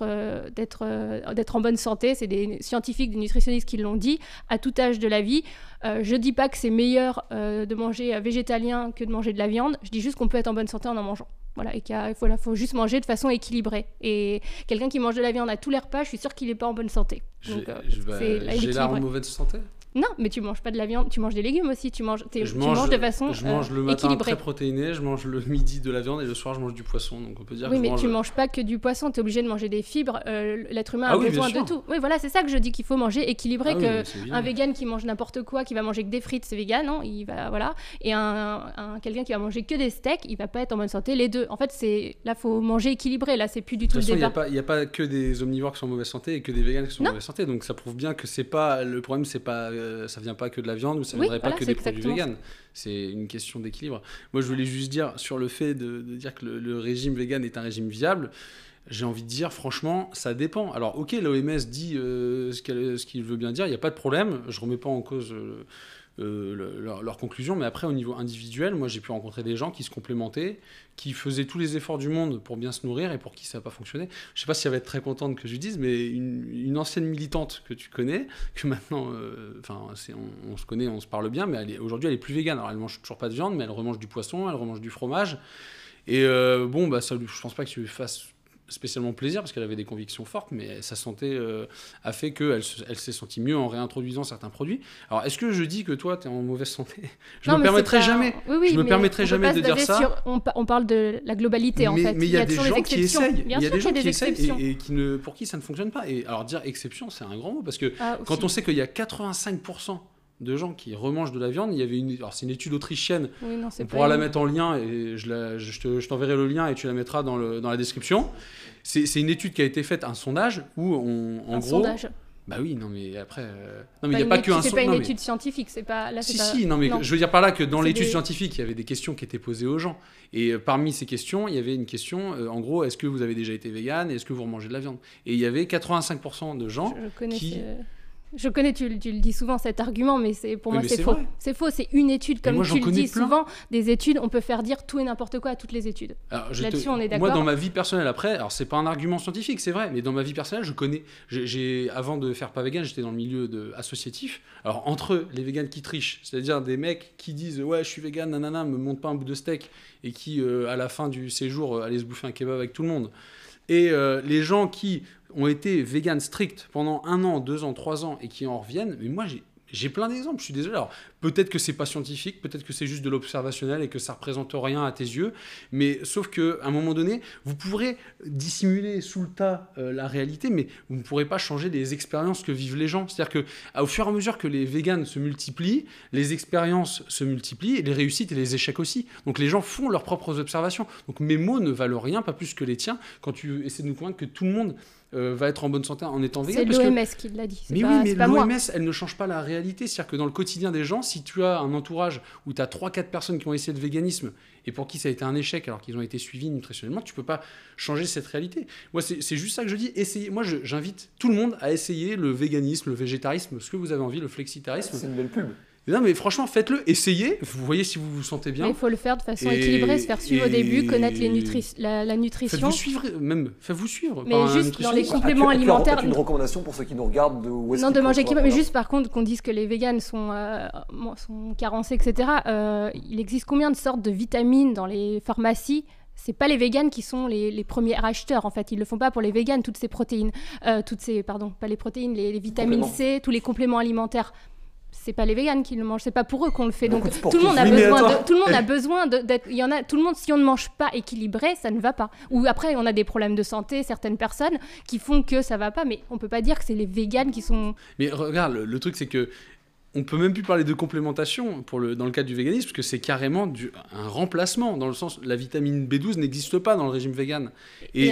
en bonne santé. C'est des scientifiques, des nutritionnistes qui l'ont dit à tout âge de la vie. Je dis pas que c'est meilleur de manger végétalien que de manger de la viande. Je dis juste qu'on peut être en bonne santé en mangeant. Voilà, et qu'il faut juste manger de façon équilibrée. Et quelqu'un qui mange de la viande à tous les repas, je suis sûre qu'il n'est pas en bonne santé. Donc, j'ai l'air en mauvaise santé? Non, mais tu manges pas de la viande, tu manges des légumes aussi, tu manges de façon je mange le matin très protéiné, je mange le midi de la viande, et le soir je mange du poisson. Donc on peut dire tu manges pas que du poisson, tu es obligé de manger des fibres, l'être humain a besoin de tout. Oui, voilà, c'est ça que je dis, qu'il faut manger équilibré, un vegan qui mange n'importe quoi, qui va manger que des frites, c'est vegan, non, il va et quelqu'un qui va manger que des steaks, il va pas être en bonne santé, les deux. En fait, là faut manger équilibré, là c'est plus du tout le débat. Il y a pas que des omnivores qui sont en mauvaise santé et que des végans qui sont en mauvaise santé, donc ça prouve bien que c'est pas le problème, c'est pas ça vient pas que de la viande, ou ça viendrait pas que des produits véganes. C'est une question d'équilibre. Moi, je voulais juste dire sur le fait de dire que le régime vegan est un régime viable. J'ai envie de dire, franchement, ça dépend. Alors, ok, l'OMS dit ce qu'il veut bien dire, il n'y a pas de problème. Je remets pas en cause leur conclusion, mais après, au niveau individuel, moi, j'ai pu rencontrer des gens qui se complémentaient, qui faisaient tous les efforts du monde pour bien se nourrir, et pour qui ça n'a pas fonctionné. Je sais pas si elle va être très contente que je lui dise, mais une ancienne militante que tu connais, que maintenant, on se connaît, on se parle bien, mais aujourd'hui, elle est plus végane. Alors, elle mange toujours pas de viande, mais elle remange du poisson, elle remange du fromage. Et ça, je pense pas que tu fasses spécialement plaisir, parce qu'elle avait des convictions fortes, mais sa santé a fait qu'elle s'est sentie mieux en réintroduisant certains produits. Alors, est-ce que je dis que toi, tu es en mauvaise santé? Je me permettrais jamais. Je me permettrais jamais de dire ça. On parle de la globalité, en fait. Mais il y a des gens qui essayent. Il y a des gens qui essayent et pour qui ça ne fonctionne pas. Et alors, dire exception, c'est un grand mot, parce que quand on sait qu'il y a 85% de gens qui remangent de la viande. Il y avait alors c'est une étude autrichienne, oui, non, on pourra la mettre en lien, et je t'enverrai le lien et tu la mettras dans la description. C'est une étude qui a été faite, un sondage, où en gros... sondage. Bah oui, non mais après... Non mais il n'y a pas qu'un sondage. C'est pas une étude scientifique, c'est pas... Là, Si, non mais je veux dire par là que dans l'étude scientifique, il y avait des questions qui étaient posées aux gens. Et parmi ces questions, il y avait une question, en gros, est-ce que vous avez déjà été vegan et est-ce que vous remangez de la viande? Et il y avait 85% de gens qui... Je connais, tu le dis souvent cet argument, mais pour moi c'est faux. Vrai. C'est faux, c'est une étude, comme tu le dis souvent. Des études, on peut faire dire tout et n'importe quoi à toutes les études. Là-dessus, on est d'accord. Moi, dans ma vie personnelle, après, alors c'est pas un argument scientifique, c'est vrai, mais dans ma vie personnelle, je connais. Avant de faire pas vegan, j'étais dans le milieu associatif. Alors entre les végans qui trichent, c'est-à-dire des mecs qui disent ouais, je suis vegan, nanana, me montre pas un bout de steak, et qui à la fin du séjour allaient se bouffer un kebab avec tout le monde. Et les gens qui ont été vegan strict pendant 1 an, 2 ans, 3 ans et qui en reviennent, mais moi j'ai plein d'exemples, je suis désolé. Alors peut-être que c'est pas scientifique, peut-être que c'est juste de l'observationnel et que ça représente rien à tes yeux, mais sauf qu'à un moment donné, vous pourrez dissimuler sous le tas la réalité, mais vous ne pourrez pas changer les expériences que vivent les gens. C'est-à-dire qu'au fur et à mesure que les véganes se multiplient, les expériences se multiplient, et les réussites et les échecs aussi. Donc les gens font leurs propres observations. Donc mes mots ne valent rien, pas plus que les tiens, quand tu essaies de nous convaincre que tout le monde va être en bonne santé en étant vegan. C'est l'OMS qui l'a dit. Mais oui, mais l'OMS, elle ne change pas la réalité. C'est-à-dire que dans le quotidien des gens, si tu as un entourage où tu as 3-4 personnes qui ont essayé le véganisme et pour qui ça a été un échec alors qu'ils ont été suivis nutritionnellement, tu peux pas changer cette réalité. Moi, c'est juste ça que je dis. Essayez. Moi, j'invite tout le monde à essayer le véganisme, le végétarisme, ce que vous avez envie, le flexitarisme. C'est une belle pub. Non mais franchement, faites-le, essayez, vous voyez si vous vous sentez bien. Mais il faut le faire de façon équilibrée, se faire suivre au début, connaître la nutrition. Faites-vous suivre. Mais juste dans les compléments alimentaires. Une recommandation pour ceux qui nous regardent de où est-ce non, de manger équilibré, mais juste par contre qu'on dise que les véganes sont carencés, etc. Il existe combien de sortes de vitamines dans les pharmacies? C'est pas les véganes qui sont les premiers acheteurs, en fait. Ils le font pas pour les véganes, toutes ces protéines, pas les protéines, les vitamines C, tous les compléments alimentaires. C'est pas les véganes qui le mangent, c'est pas pour eux qu'on le fait. Donc tout le monde a besoin d'être. Il y en a. Tout le monde, si on ne mange pas équilibré, ça ne va pas. Ou après, on a des problèmes de santé, certaines personnes qui font que ça va pas. Mais on peut pas dire que c'est les véganes qui sont. Mais regarde, le truc c'est que on peut même plus parler de complémentation dans le cadre du véganisme, parce que c'est carrément un remplacement, dans le sens la vitamine B12 n'existe pas dans le régime vegan. Et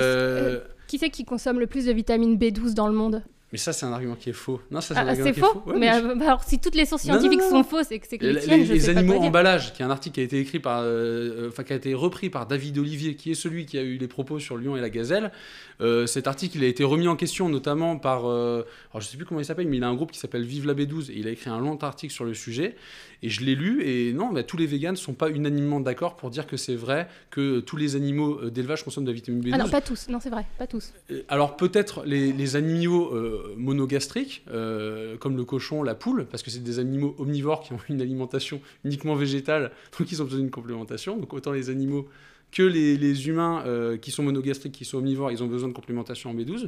qui c'est qui consomme le plus de vitamine B12 dans le monde? Mais ça, c'est un argument qui est faux. Non, ça, c'est un argument qui est faux. Ouais, mais alors, si toutes les sources scientifiques sont fausses, c'est que les tiennes, les animaux emballage, qui est un article qui a été écrit qui a été repris par David Olivier, qui est celui qui a eu les propos sur Lion et la Gazelle. Cet article, il a été remis en question, notamment par, alors je sais plus comment il s'appelle, mais il a un groupe qui s'appelle Vive la B12, et il a écrit un long article sur le sujet. Et je l'ai lu, et non, tous les véganes ne sont pas unanimement d'accord pour dire que c'est vrai que tous les animaux d'élevage consomment de la vitamine B12. Ah non, pas tous, non, c'est vrai, pas tous. Alors peut-être les animaux monogastriques, comme le cochon, la poule, parce que c'est des animaux omnivores qui ont une alimentation uniquement végétale, donc ils ont besoin d'une complémentation. Donc autant les animaux que les humains qui sont monogastriques, qui sont omnivores, ils ont besoin de complémentation en B12.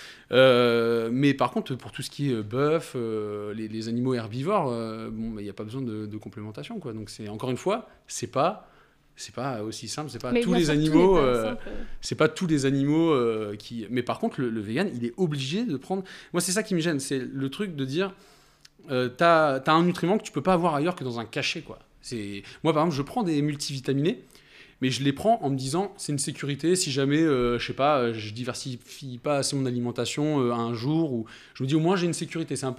Mais par contre, pour tout ce qui est bœuf, les animaux herbivores, il n'y a pas besoin de complémentation, quoi. Donc encore une fois, c'est pas aussi simple, c'est pas tous les animaux, c'est pas tous les animaux qui. Mais par contre, le vegan, il est obligé de prendre. Moi, c'est ça qui me gêne, c'est le truc de dire, t'as un nutriment que tu peux pas avoir ailleurs que dans un cachet, quoi. Moi, par exemple, je prends des multivitaminés. Mais je les prends en me disant, c'est une sécurité si jamais, je sais pas, je diversifie pas assez mon alimentation un jour, ou je me dis au moins j'ai une sécurité. C'est un peu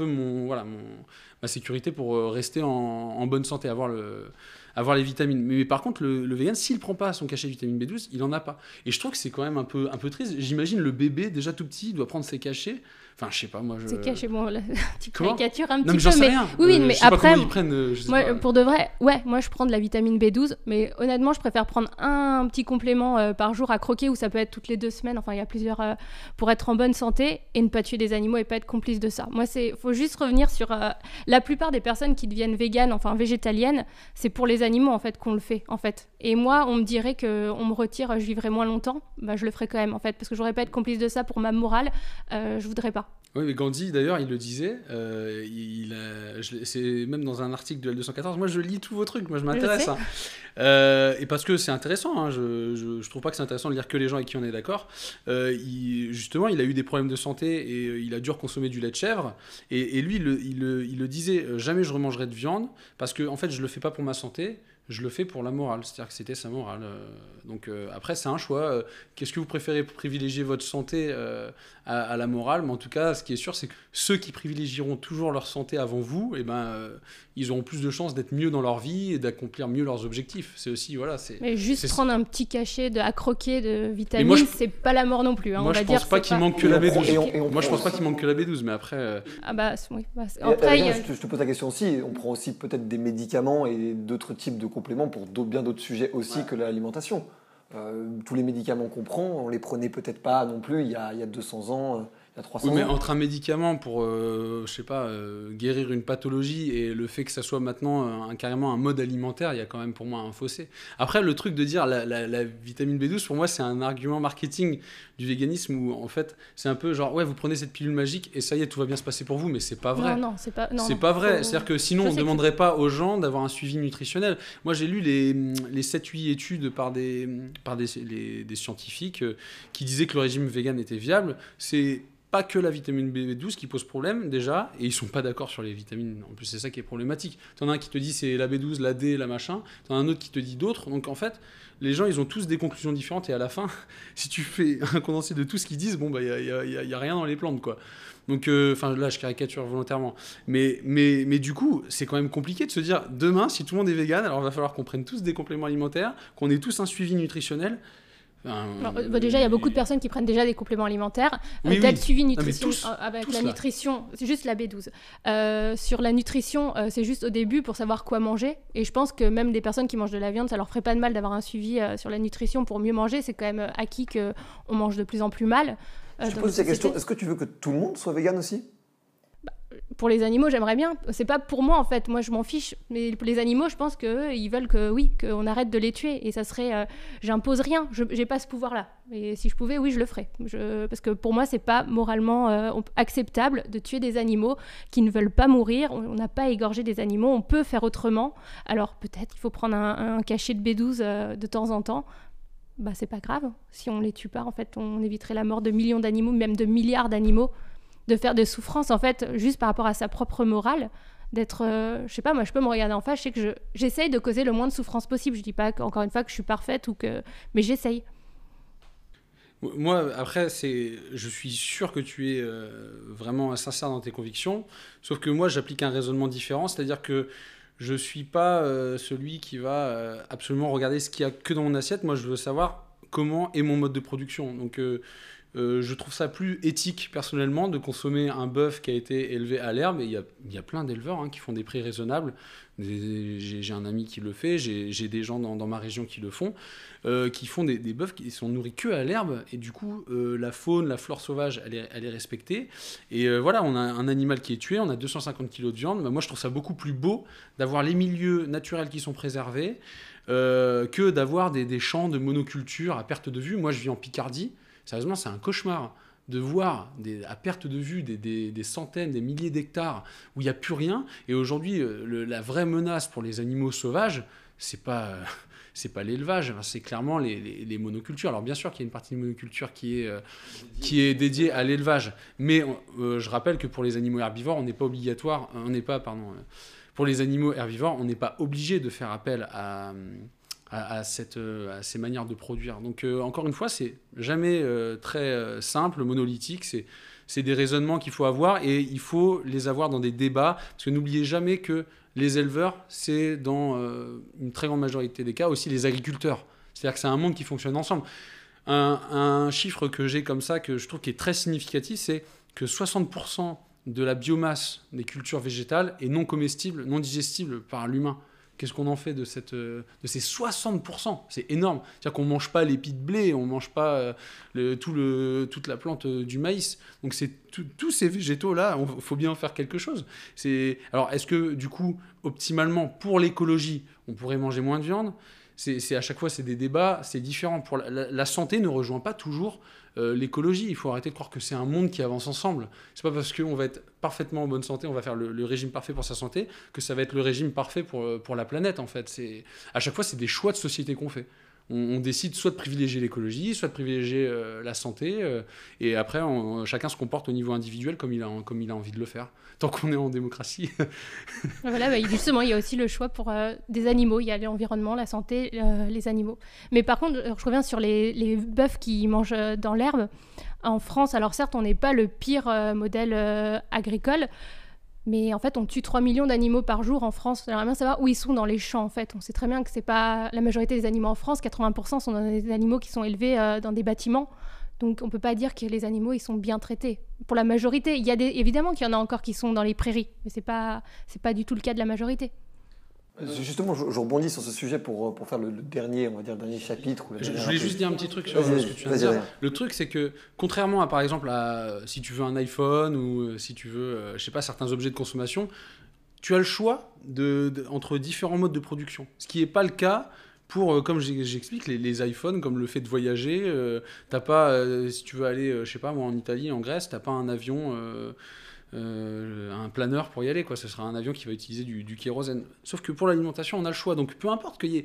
ma sécurité pour rester en bonne santé, avoir les vitamines. Mais par contre, le vegan, s'il prend pas son cachet de vitamine B12, il en a pas. Et je trouve que c'est quand même un peu triste. J'imagine le bébé, déjà tout petit, doit prendre ses cachets. Enfin, je sais pas, moi. C'est caché, bon, là, tu caricatures un petit peu. Mais j'en sais rien. Oui, mais je sais après. Pas comment ils prennent, pour de vrai, moi je prends de la vitamine B12, mais honnêtement, je préfère prendre un petit complément par jour à croquer, ou ça peut être toutes les 2 semaines. Enfin, il y a plusieurs. Pour être en bonne santé et ne pas tuer des animaux et pas être complice de ça. Moi, faut juste revenir sur la plupart des personnes qui deviennent véganes, enfin végétaliennes, c'est pour les animaux en fait qu'on le fait, en fait. Et moi, on me dirait qu'on me retire, je vivrais moins longtemps, bah, je le ferais quand même, en fait, parce que je voudrais pas être complice de ça pour ma morale, je voudrais pas. Oui, mais Gandhi, d'ailleurs, il le disait, c'est même dans un article de L214, moi je lis tous vos trucs, moi je m'intéresse. Et parce que c'est intéressant, hein, je trouve pas que c'est intéressant de lire que les gens avec qui on est d'accord. Justement, il a eu des problèmes de santé et il a dû consommer du lait de chèvre. Et lui, il le disait, jamais je remangerai de viande parce que en fait, je le fais pas pour ma santé. Je le fais pour la morale, c'est-à-dire que c'était sa morale. Donc après, c'est un choix. Qu'est-ce que vous préférez, privilégier votre santé à la morale? Mais en tout cas, ce qui est sûr, c'est que ceux qui privilégieront toujours leur santé avant vous, ils auront plus de chances d'être mieux dans leur vie et d'accomplir mieux leurs objectifs. C'est aussi, voilà. Mais juste prendre un petit cachet à croquer de vitamines, c'est pas la mort non plus. Hein, moi, je pense pas qu'il manque que la B12. Moi, je pense pas qu'il manque que la B12, mais après... Ah bah oui. Après, je te pose la question aussi. On prend aussi peut-être des médicaments et d'autres types de compléments pour bien d'autres sujets aussi que l'alimentation. Tous les médicaments qu'on prend, on les prenait peut-être pas non plus il y a 200 ans, il y a 300 ans. Oui, mais entre un médicament pour, guérir une pathologie et le fait que ça soit maintenant carrément un mode alimentaire, il y a quand même pour moi un fossé. Après, le truc de dire la vitamine B12, pour moi, c'est un argument marketing du véganisme où, en fait, c'est un peu genre, ouais, vous prenez cette pilule magique et ça y est, tout va bien se passer pour vous, mais c'est pas vrai. Non, c'est pas vrai. C'est-à-dire que sinon, on ne demanderait pas aux gens d'avoir un suivi nutritionnel. Moi, j'ai lu les 7-8 études par des scientifiques qui disaient que le régime vegan était viable. C'est pas que la vitamine B12 qui pose problème déjà, et ils sont pas d'accord sur les vitamines. En plus, c'est ça qui est problématique. T'en as un qui te dit c'est la B12, la D, la machin. T'en as un autre qui te dit d'autres. Donc en fait, les gens, ils ont tous des conclusions différentes, et à la fin, si tu fais un condensé de tout ce qu'ils disent, bon bah y a rien dans les plantes, quoi. Donc là, je caricature volontairement. Mais du coup, c'est quand même compliqué de se dire demain, si tout le monde est vegan, alors il va falloir qu'on prenne tous des compléments alimentaires, qu'on ait tous un suivi nutritionnel. Déjà, il y a beaucoup de personnes qui prennent déjà des compléments alimentaires. Peut-être suivi nutrition avec la nutrition, c'est juste la B12. Sur la nutrition, c'est juste au début pour savoir quoi manger. Et je pense que même des personnes qui mangent de la viande, ça leur ferait pas de mal d'avoir un suivi sur la nutrition pour mieux manger. C'est quand même acquis qu'on mange de plus en plus mal. Je te pose cette question, est-ce que tu veux que tout le monde soit vegan aussi ? Pour les animaux, j'aimerais bien. C'est pas pour moi, en fait. Moi, je m'en fiche. Mais pour les animaux, je pense qu'ils veulent qu'on arrête de les tuer. Et ça serait... j'impose rien. J'ai pas ce pouvoir-là. Et si je pouvais, oui, je le ferais. Parce que pour moi, c'est pas moralement acceptable de tuer des animaux qui ne veulent pas mourir. On n'a pas à égorger des animaux. On peut faire autrement. Alors, peut-être qu'il faut prendre un cachet de B12 de temps en temps. Bah, c'est pas grave. Si on les tue pas, en fait, on éviterait la mort de millions d'animaux, même de milliards d'animaux. De faire de souffrance, en fait, juste par rapport à sa propre morale, d'être... je sais pas, moi, je peux me regarder en face, je sais que j'essaye de causer le moins de souffrance possible. Je dis pas, encore une fois, que je suis parfaite, mais j'essaye. Moi, après, je suis sûr que tu es vraiment sincère dans tes convictions, sauf que moi, j'applique un raisonnement différent, c'est-à-dire que je suis pas celui qui va absolument regarder ce qu'il y a que dans mon assiette. Moi, je veux savoir comment est mon mode de production. Donc... je trouve ça plus éthique personnellement de consommer un bœuf qui a été élevé à l'herbe. Et il y a plein d'éleveurs qui font des prix raisonnables. J'ai un ami qui le fait, j'ai des gens dans ma région qui le font, qui font des bœufs qui sont nourris que à l'herbe. Et du coup, la faune, la flore sauvage, elle est respectée. Et voilà, on a un animal qui est tué, on a 250 kilos de viande. Moi, je trouve ça beaucoup plus beau d'avoir les milieux naturels qui sont préservés que d'avoir des champs de monoculture à perte de vue. Moi, je vis en Picardie. Sérieusement, c'est un cauchemar de voir à perte de vue des centaines, des milliers d'hectares où il n'y a plus rien. Et aujourd'hui, la vraie menace pour les animaux sauvages, c'est pas l'élevage, c'est clairement les monocultures. Alors bien sûr qu'il y a une partie de monoculture qui est dédiée à l'élevage, mais je rappelle que pour les animaux herbivores, pour les animaux herbivores, on n'est pas obligé de faire appel à ces manières de produire. Donc encore une fois, c'est jamais très simple, monolithique, c'est des raisonnements qu'il faut avoir et il faut les avoir dans des débats, parce que n'oubliez jamais que les éleveurs, c'est dans une très grande majorité des cas aussi les agriculteurs. C'est-à-dire que c'est un monde qui fonctionne ensemble. Un chiffre que j'ai comme ça, que je trouve qui est très significatif, c'est que 60% de la biomasse des cultures végétales est non comestible, non digestible par l'humain. Qu'est-ce qu'on en fait de ces 60%? C'est énorme. C'est-à-dire qu'on ne mange pas l'épi de blé, on ne mange pas toute la plante du maïs. Donc tous ces végétaux-là, il faut bien en faire quelque chose. Alors est-ce que du coup, optimalement, pour l'écologie, on pourrait manger moins de viande? à chaque fois, c'est des débats, c'est différent. Pour la santé ne rejoint pas toujours l'écologie. Il faut arrêter de croire que c'est un monde qui avance ensemble. C'est pas parce qu'on va être parfaitement en bonne santé, on va faire le régime parfait pour sa santé, que ça va être le régime parfait pour la planète, en fait. À chaque fois, c'est des choix de société qu'on fait. On décide soit de privilégier l'écologie, soit de privilégier la santé, et après, chacun se comporte au niveau individuel comme il a envie de le faire, tant qu'on est en démocratie. Voilà, justement, il y a aussi le choix pour des animaux. Il y a l'environnement, la santé, les animaux. Mais par contre, je reviens sur les bœufs qui mangent dans l'herbe. En France, alors certes, on n'est pas le pire modèle agricole, mais en fait, on tue 3 millions d'animaux par jour en France. J'aimerais bien savoir où ils sont dans les champs, en fait. On sait très bien que c'est pas la majorité des animaux en France. 80% sont dans des animaux qui sont élevés dans des bâtiments. Donc, on ne peut pas dire que les animaux, ils sont bien traités. Pour la majorité, évidemment qu'il y en a encore qui sont dans les prairies, mais c'est pas du tout le cas de la majorité. Justement, je rebondis sur ce sujet pour faire le dernier, on va dire, le dernier chapitre. Je voulais juste dire un petit truc sur ce que tu viens de dire. Le truc, c'est que, contrairement à, par exemple, si tu veux un iPhone ou si tu veux, je sais pas, certains objets de consommation, tu as le choix entre différents modes de production. Ce qui n'est pas le cas pour, comme j'explique, les iPhones, comme le fait de voyager. T'as pas, si tu veux aller, je sais pas, moi, en Italie, en Grèce, t'as pas un avion... un planeur pour y aller, quoi. Ce sera un avion qui va utiliser du kérosène. Sauf que pour l'alimentation, on a le choix. Donc peu importe qu'il y ait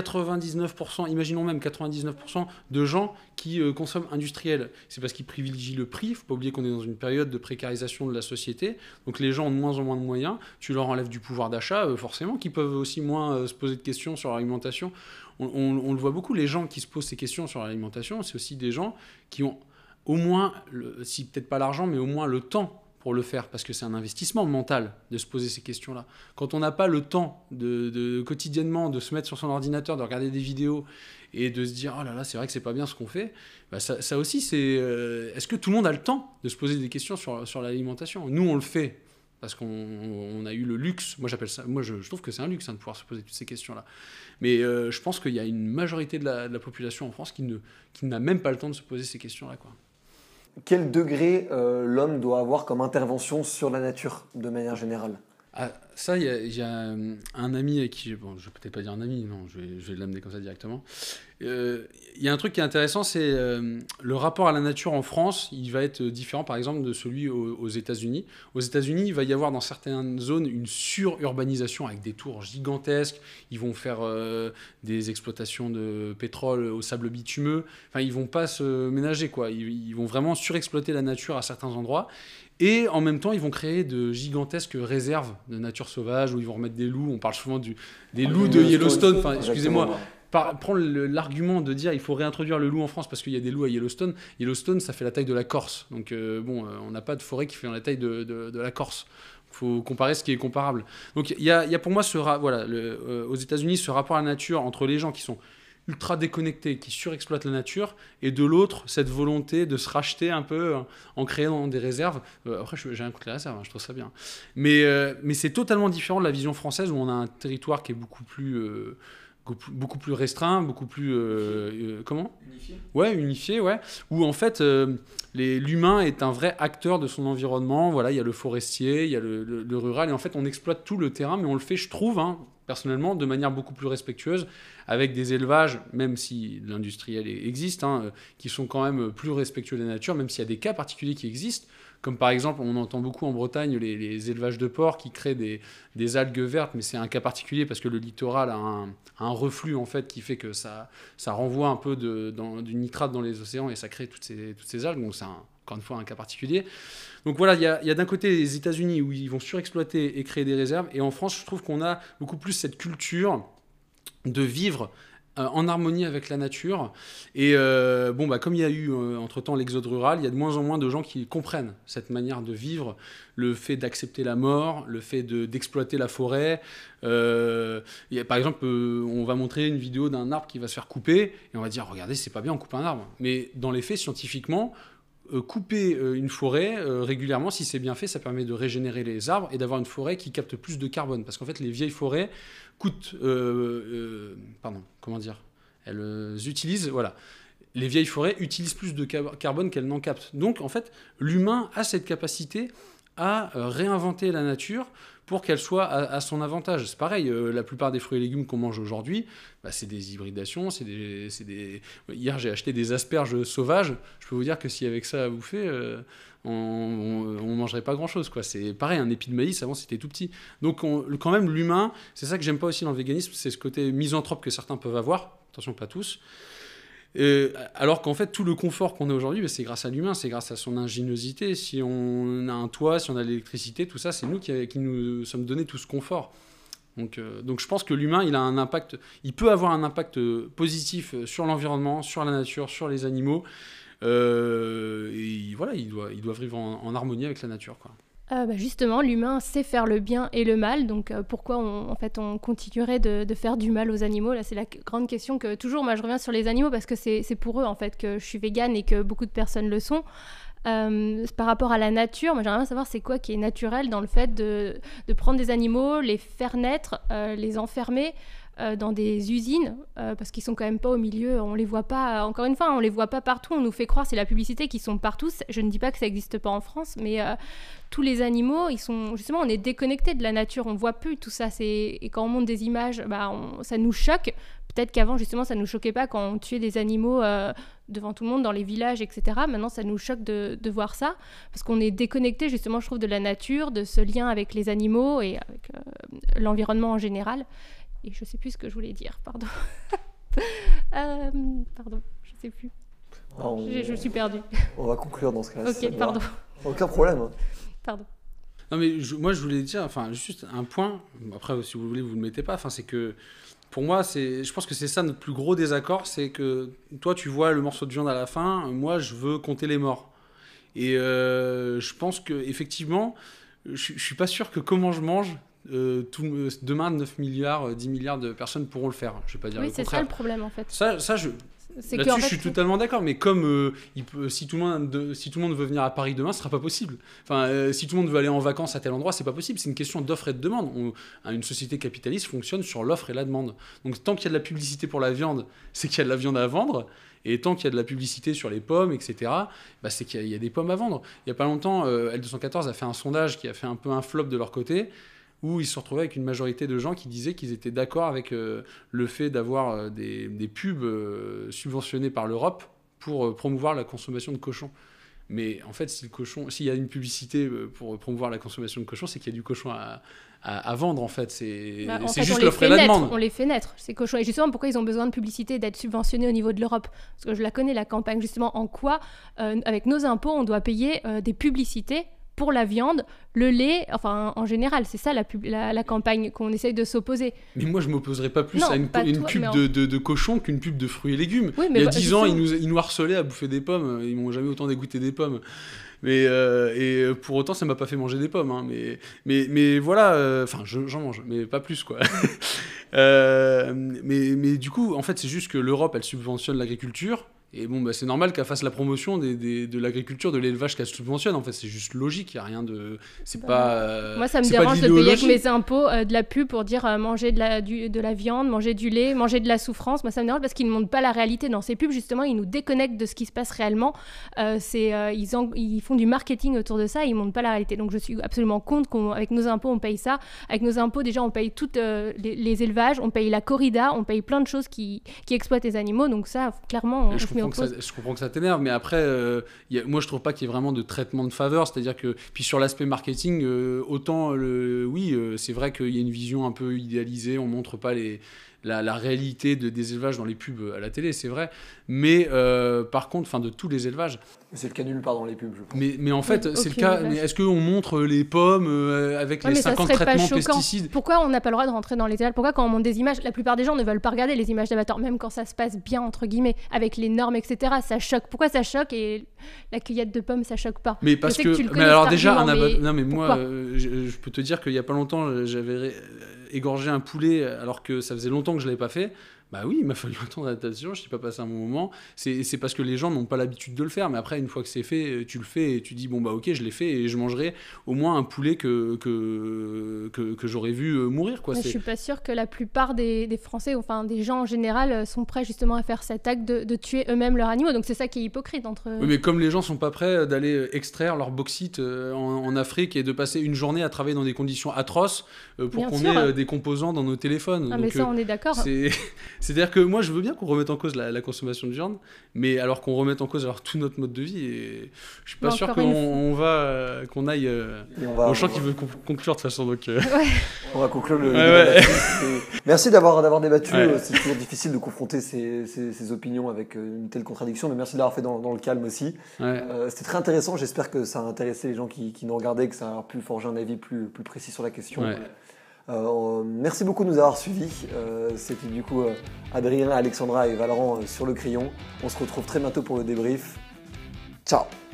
99%, imaginons même 99% de gens qui consomment industriel. C'est parce qu'ils privilégient le prix. Il ne faut pas oublier qu'on est dans une période de précarisation de la société. Donc les gens ont de moins en moins de moyens. Tu leur enlèves du pouvoir d'achat, forcément, qui peuvent aussi moins se poser de questions sur l'alimentation. On le voit beaucoup, les gens qui se posent ces questions sur l'alimentation, c'est aussi des gens qui ont au moins, si peut-être pas l'argent, mais au moins le temps pour le faire, parce que c'est un investissement mental de se poser ces questions-là. Quand on n'a pas le temps quotidiennement de se mettre sur son ordinateur, de regarder des vidéos et de se dire « Oh là là, c'est vrai que c'est pas bien ce qu'on fait », bah ça aussi, c'est... Est-ce que tout le monde a le temps de se poser des questions sur l'alimentation ? Nous, on le fait, parce qu'on a eu le luxe. Moi, j'appelle ça... Moi, je trouve que c'est un luxe de pouvoir se poser toutes ces questions-là. Mais je pense qu'il y a une majorité de la population en France qui n'a même pas le temps de se poser ces questions-là, quoi. Quel degré l'homme doit avoir comme intervention sur la nature, de manière générale ? Ça, il y a un ami avec qui... Bon, je vais peut-être pas dire un ami, non, je vais l'amener comme ça directement. Il y a un truc qui est intéressant, c'est le rapport à la nature en France. Il va être différent, par exemple, de celui aux États-Unis. Aux États-Unis, il va y avoir dans certaines zones une sururbanisation avec des tours gigantesques. Ils vont faire des exploitations de pétrole au sable bitumeux. Enfin, ils vont pas se ménager, quoi. Ils vont vraiment surexploiter la nature à certains endroits. Et en même temps, ils vont créer de gigantesques réserves de nature sauvage où ils vont remettre des loups. On parle souvent des loups de Yellowstone. Enfin, excusez-moi. Prendre l'argument de dire il faut réintroduire le loup en France parce qu'il y a des loups à Yellowstone. Yellowstone, ça fait la taille de la Corse. Donc, on n'a pas de forêt qui fait la taille de la Corse. Il faut comparer ce qui est comparable. Donc, il y a pour moi, aux États-Unis, ce rapport à la nature entre les gens qui sont ultra déconnectés, qui surexploitent la nature, et de l'autre, cette volonté de se racheter un peu en créant des réserves. Après, j'ai rien contre les réserves, je trouve ça bien. Mais c'est totalement différent de la vision française où on a un territoire qui est beaucoup plus restreint, beaucoup plus... comment ? Unifié. Ouais, unifié, ouais. Où en fait, l'humain est un vrai acteur de son environnement. Voilà, il y a le forestier, il y a le rural, et en fait, on exploite tout le terrain, mais on le fait, je trouve, personnellement, de manière beaucoup plus respectueuse, avec des élevages, même si l'industriel existe, qui sont quand même plus respectueux de la nature, même s'il y a des cas particuliers qui existent, comme par exemple, on entend beaucoup en Bretagne les élevages de porcs qui créent des algues vertes, mais c'est un cas particulier parce que le littoral a un reflux en fait qui fait que ça renvoie un peu du nitrate dans les océans et ça crée toutes ces algues, donc c'est encore une fois un cas particulier. Donc voilà, il y a d'un côté les États-Unis où ils vont surexploiter et créer des réserves, et en France, je trouve qu'on a beaucoup plus cette culture de vivre en harmonie avec la nature. Et comme il y a eu entre-temps l'exode rural, il y a de moins en moins de gens qui comprennent cette manière de vivre, le fait d'accepter la mort, le fait d'exploiter la forêt. Par exemple, on va montrer une vidéo d'un arbre qui va se faire couper, et on va dire, regardez, c'est pas bien, on coupe un arbre. Mais dans les faits, scientifiquement, couper une forêt régulièrement, si c'est bien fait, ça permet de régénérer les arbres et d'avoir une forêt qui capte plus de carbone. Parce qu'en fait, les vieilles forêts les vieilles forêts utilisent plus de carbone qu'elles n'en captent. Donc, en fait, l'humain a cette capacité à réinventer la nature pour qu'elle soit à son avantage. C'est pareil, la plupart des fruits et légumes qu'on mange aujourd'hui, c'est des hybridations, Hier, j'ai acheté des asperges sauvages. Je peux vous dire que si avec ça à bouffer, on mangerait pas grand-chose, quoi. C'est pareil, un épi de maïs, avant, c'était tout petit. Donc, quand même, l'humain, c'est ça que j'aime pas aussi dans le véganisme, c'est ce côté misanthrope que certains peuvent avoir. Attention, pas tous. Alors qu'en fait, tout le confort qu'on a aujourd'hui, c'est grâce à l'humain, c'est grâce à son ingéniosité. Si on a un toit, si on a l'électricité, tout ça, c'est nous qui nous sommes donné tout ce confort. Donc je pense que l'humain, il peut avoir un impact positif sur l'environnement, sur la nature, sur les animaux. Et voilà, ils doivent vivre en harmonie avec la nature, quoi. Justement, l'humain sait faire le bien et le mal, donc pourquoi on continuerait de faire du mal aux animaux? Là, c'est la grande question que toujours, moi je reviens sur les animaux parce que c'est pour eux en fait que je suis végane et que beaucoup de personnes le sont. Par rapport à la nature, moi j'aimerais bien savoir c'est quoi qui est naturel dans le fait de prendre des animaux, les faire naître, les enfermer dans des usines, parce qu'ils sont quand même pas au milieu, on les voit pas, encore une fois, on les voit pas partout, on nous fait croire, c'est la publicité, qu'ils sont partout. Je ne dis pas que ça n'existe pas en France, mais tous les animaux, justement, on est déconnecté de la nature, on voit plus tout ça, et quand on monte des images, ça nous choque. Peut-être qu'avant, justement, ça ne nous choquait pas quand on tuait des animaux devant tout le monde, dans les villages, etc. Maintenant, ça nous choque de voir ça, parce qu'on est déconnecté, justement, je trouve, de la nature, de ce lien avec les animaux et avec l'environnement en général. Et je sais plus ce que je voulais dire, pardon. Pardon, je sais plus. Je suis perdue. On va conclure dans ce cas-là. Ok, pardon. Aucun problème. Pardon. Non, mais moi, je voulais dire, juste un point, après, si vous voulez, vous ne le mettez pas, c'est que, pour moi, je pense que c'est ça notre plus gros désaccord, c'est que toi, tu vois le morceau de viande à la fin, moi, je veux compter les morts. Et je pense qu'effectivement, je ne suis pas sûr que comment je mange, demain 9 milliards, 10 milliards de personnes pourront le faire. Je vais pas dire le contraire. Oui, c'est ça le problème en fait. Là-dessus, je suis totalement d'accord. Mais comme si tout le monde veut venir à Paris demain, ce sera pas possible. Si tout le monde veut aller en vacances à tel endroit, c'est pas possible. C'est une question d'offre et de demande. Une société capitaliste fonctionne sur l'offre et la demande. Donc tant qu'il y a de la publicité pour la viande, c'est qu'il y a de la viande à vendre. Et tant qu'il y a de la publicité sur les pommes, etc., c'est qu'il y a des pommes à vendre. Il y a pas longtemps, L214 a fait un sondage qui a fait un peu un flop de leur côté, où ils se retrouvaient avec une majorité de gens qui disaient qu'ils étaient d'accord avec le fait d'avoir des pubs subventionnées par l'Europe pour promouvoir la consommation de cochons. Mais en fait, s'il y a une publicité pour promouvoir la consommation de cochons, c'est qu'il y a du cochon à vendre, en fait. C'est juste l'offre et la demande. On les fait naître, ces cochons. Et justement, pourquoi ils ont besoin de publicité, d'être subventionnés au niveau de l'Europe? Parce que je la connais, la campagne, justement, en quoi, avec nos impôts, on doit payer des publicités pour la viande, le lait, en général, c'est ça la campagne qu'on essaye de s'opposer. Mais moi, je m'opposerais pas plus à une pub de cochon qu'une pub de fruits et légumes. Oui, il y a 10 ans, ils nous harcelaient à bouffer des pommes. Ils m'ont jamais autant dégoûté des pommes. Mais et pour autant, ça m'a pas fait manger des pommes. Hein. Mais voilà, j'en mange, mais pas plus, quoi. Mais du coup, en fait, c'est juste que l'Europe, elle subventionne l'agriculture. Et bon, c'est normal qu'elle fasse la promotion de l'agriculture, de l'élevage qu'elle subventionne. En fait, c'est juste logique. Il n'y a rien de. C'est pas. Moi, ça me dérange de payer avec mes impôts de la pub pour dire manger de la viande, manger du lait, manger de la souffrance. Moi, ça me dérange parce qu'ils ne montrent pas la réalité. Dans ces pubs, justement, ils nous déconnectent de ce qui se passe réellement. Ils font du marketing autour de ça et ils ne montrent pas la réalité. Donc, je suis absolument contre qu'avec nos impôts, on paye ça. Avec nos impôts, déjà, on paye tous les élevages, on paye la corrida, on paye plein de choses qui exploitent les animaux. Donc, ça, clairement, je comprends que ça t'énerve, mais après, moi je trouve pas qu'il y ait vraiment de traitement de faveur, c'est-à-dire que, puis sur l'aspect marketing, autant, c'est vrai qu'il y a une vision un peu idéalisée, on montre pas la réalité des élevages dans les pubs à la télé, c'est vrai, mais par contre, de tous les élevages. C'est le cas nulle part dans les pubs, je pense. Mais en fait, c'est le cas. Mais est-ce qu'on montre les pommes avec les 50 traitements pesticides? Pourquoi on n'a pas le droit de rentrer dans les élevages? Pourquoi quand on monte des images, la plupart des gens ne veulent pas regarder les images d'abattoirs, même quand ça se passe bien, entre guillemets, avec les normes, etc. Ça choque. Pourquoi ça choque et la cueillette de pommes, ça choque pas? Mais parce que mais alors déjà, non mais moi, je peux te dire qu'il y a pas longtemps, j'avais égorger un poulet alors que ça faisait longtemps que je l'avais pas fait. Bah oui, il m'a fallu un temps d'adaptation, je n'ai pas passé un bon moment. C'est parce que les gens n'ont pas l'habitude de le faire, mais après, une fois que c'est fait, tu le fais et tu dis, bon bah ok, je l'ai fait et je mangerai au moins un poulet que j'aurais vu mourir, quoi. Je suis pas sûre que la plupart des Français, enfin des gens en général, sont prêts justement à faire cet acte de tuer eux-mêmes leurs animaux, donc c'est ça qui est hypocrite entre... Oui, mais comme les gens sont pas prêts d'aller extraire leur bauxite en Afrique et de passer une journée à travailler dans des conditions atroces pour qu'on ait des composants dans nos téléphones. Ah, donc, mais ça, on est d'accord. C'est-à-dire que moi, je veux bien qu'on remette en cause la consommation de viande, mais alors qu'on remette en cause tout notre mode de vie. Et je suis pas sûr qu'on aille au champ qui veut conclure de toute façon. Donc, on va conclure le débat. Merci d'avoir débattu. C'est toujours difficile de confronter ces opinions avec une telle contradiction, mais merci de l'avoir fait dans le calme aussi. C'était très intéressant. J'espère que ça a intéressé les gens qui nous regardaient, que ça a pu forger un avis plus précis sur la question. Merci beaucoup de nous avoir suivis. C'était du coup Adrien, Alexandra et Valorant sur le crayon. On se retrouve très bientôt pour le débrief. Ciao.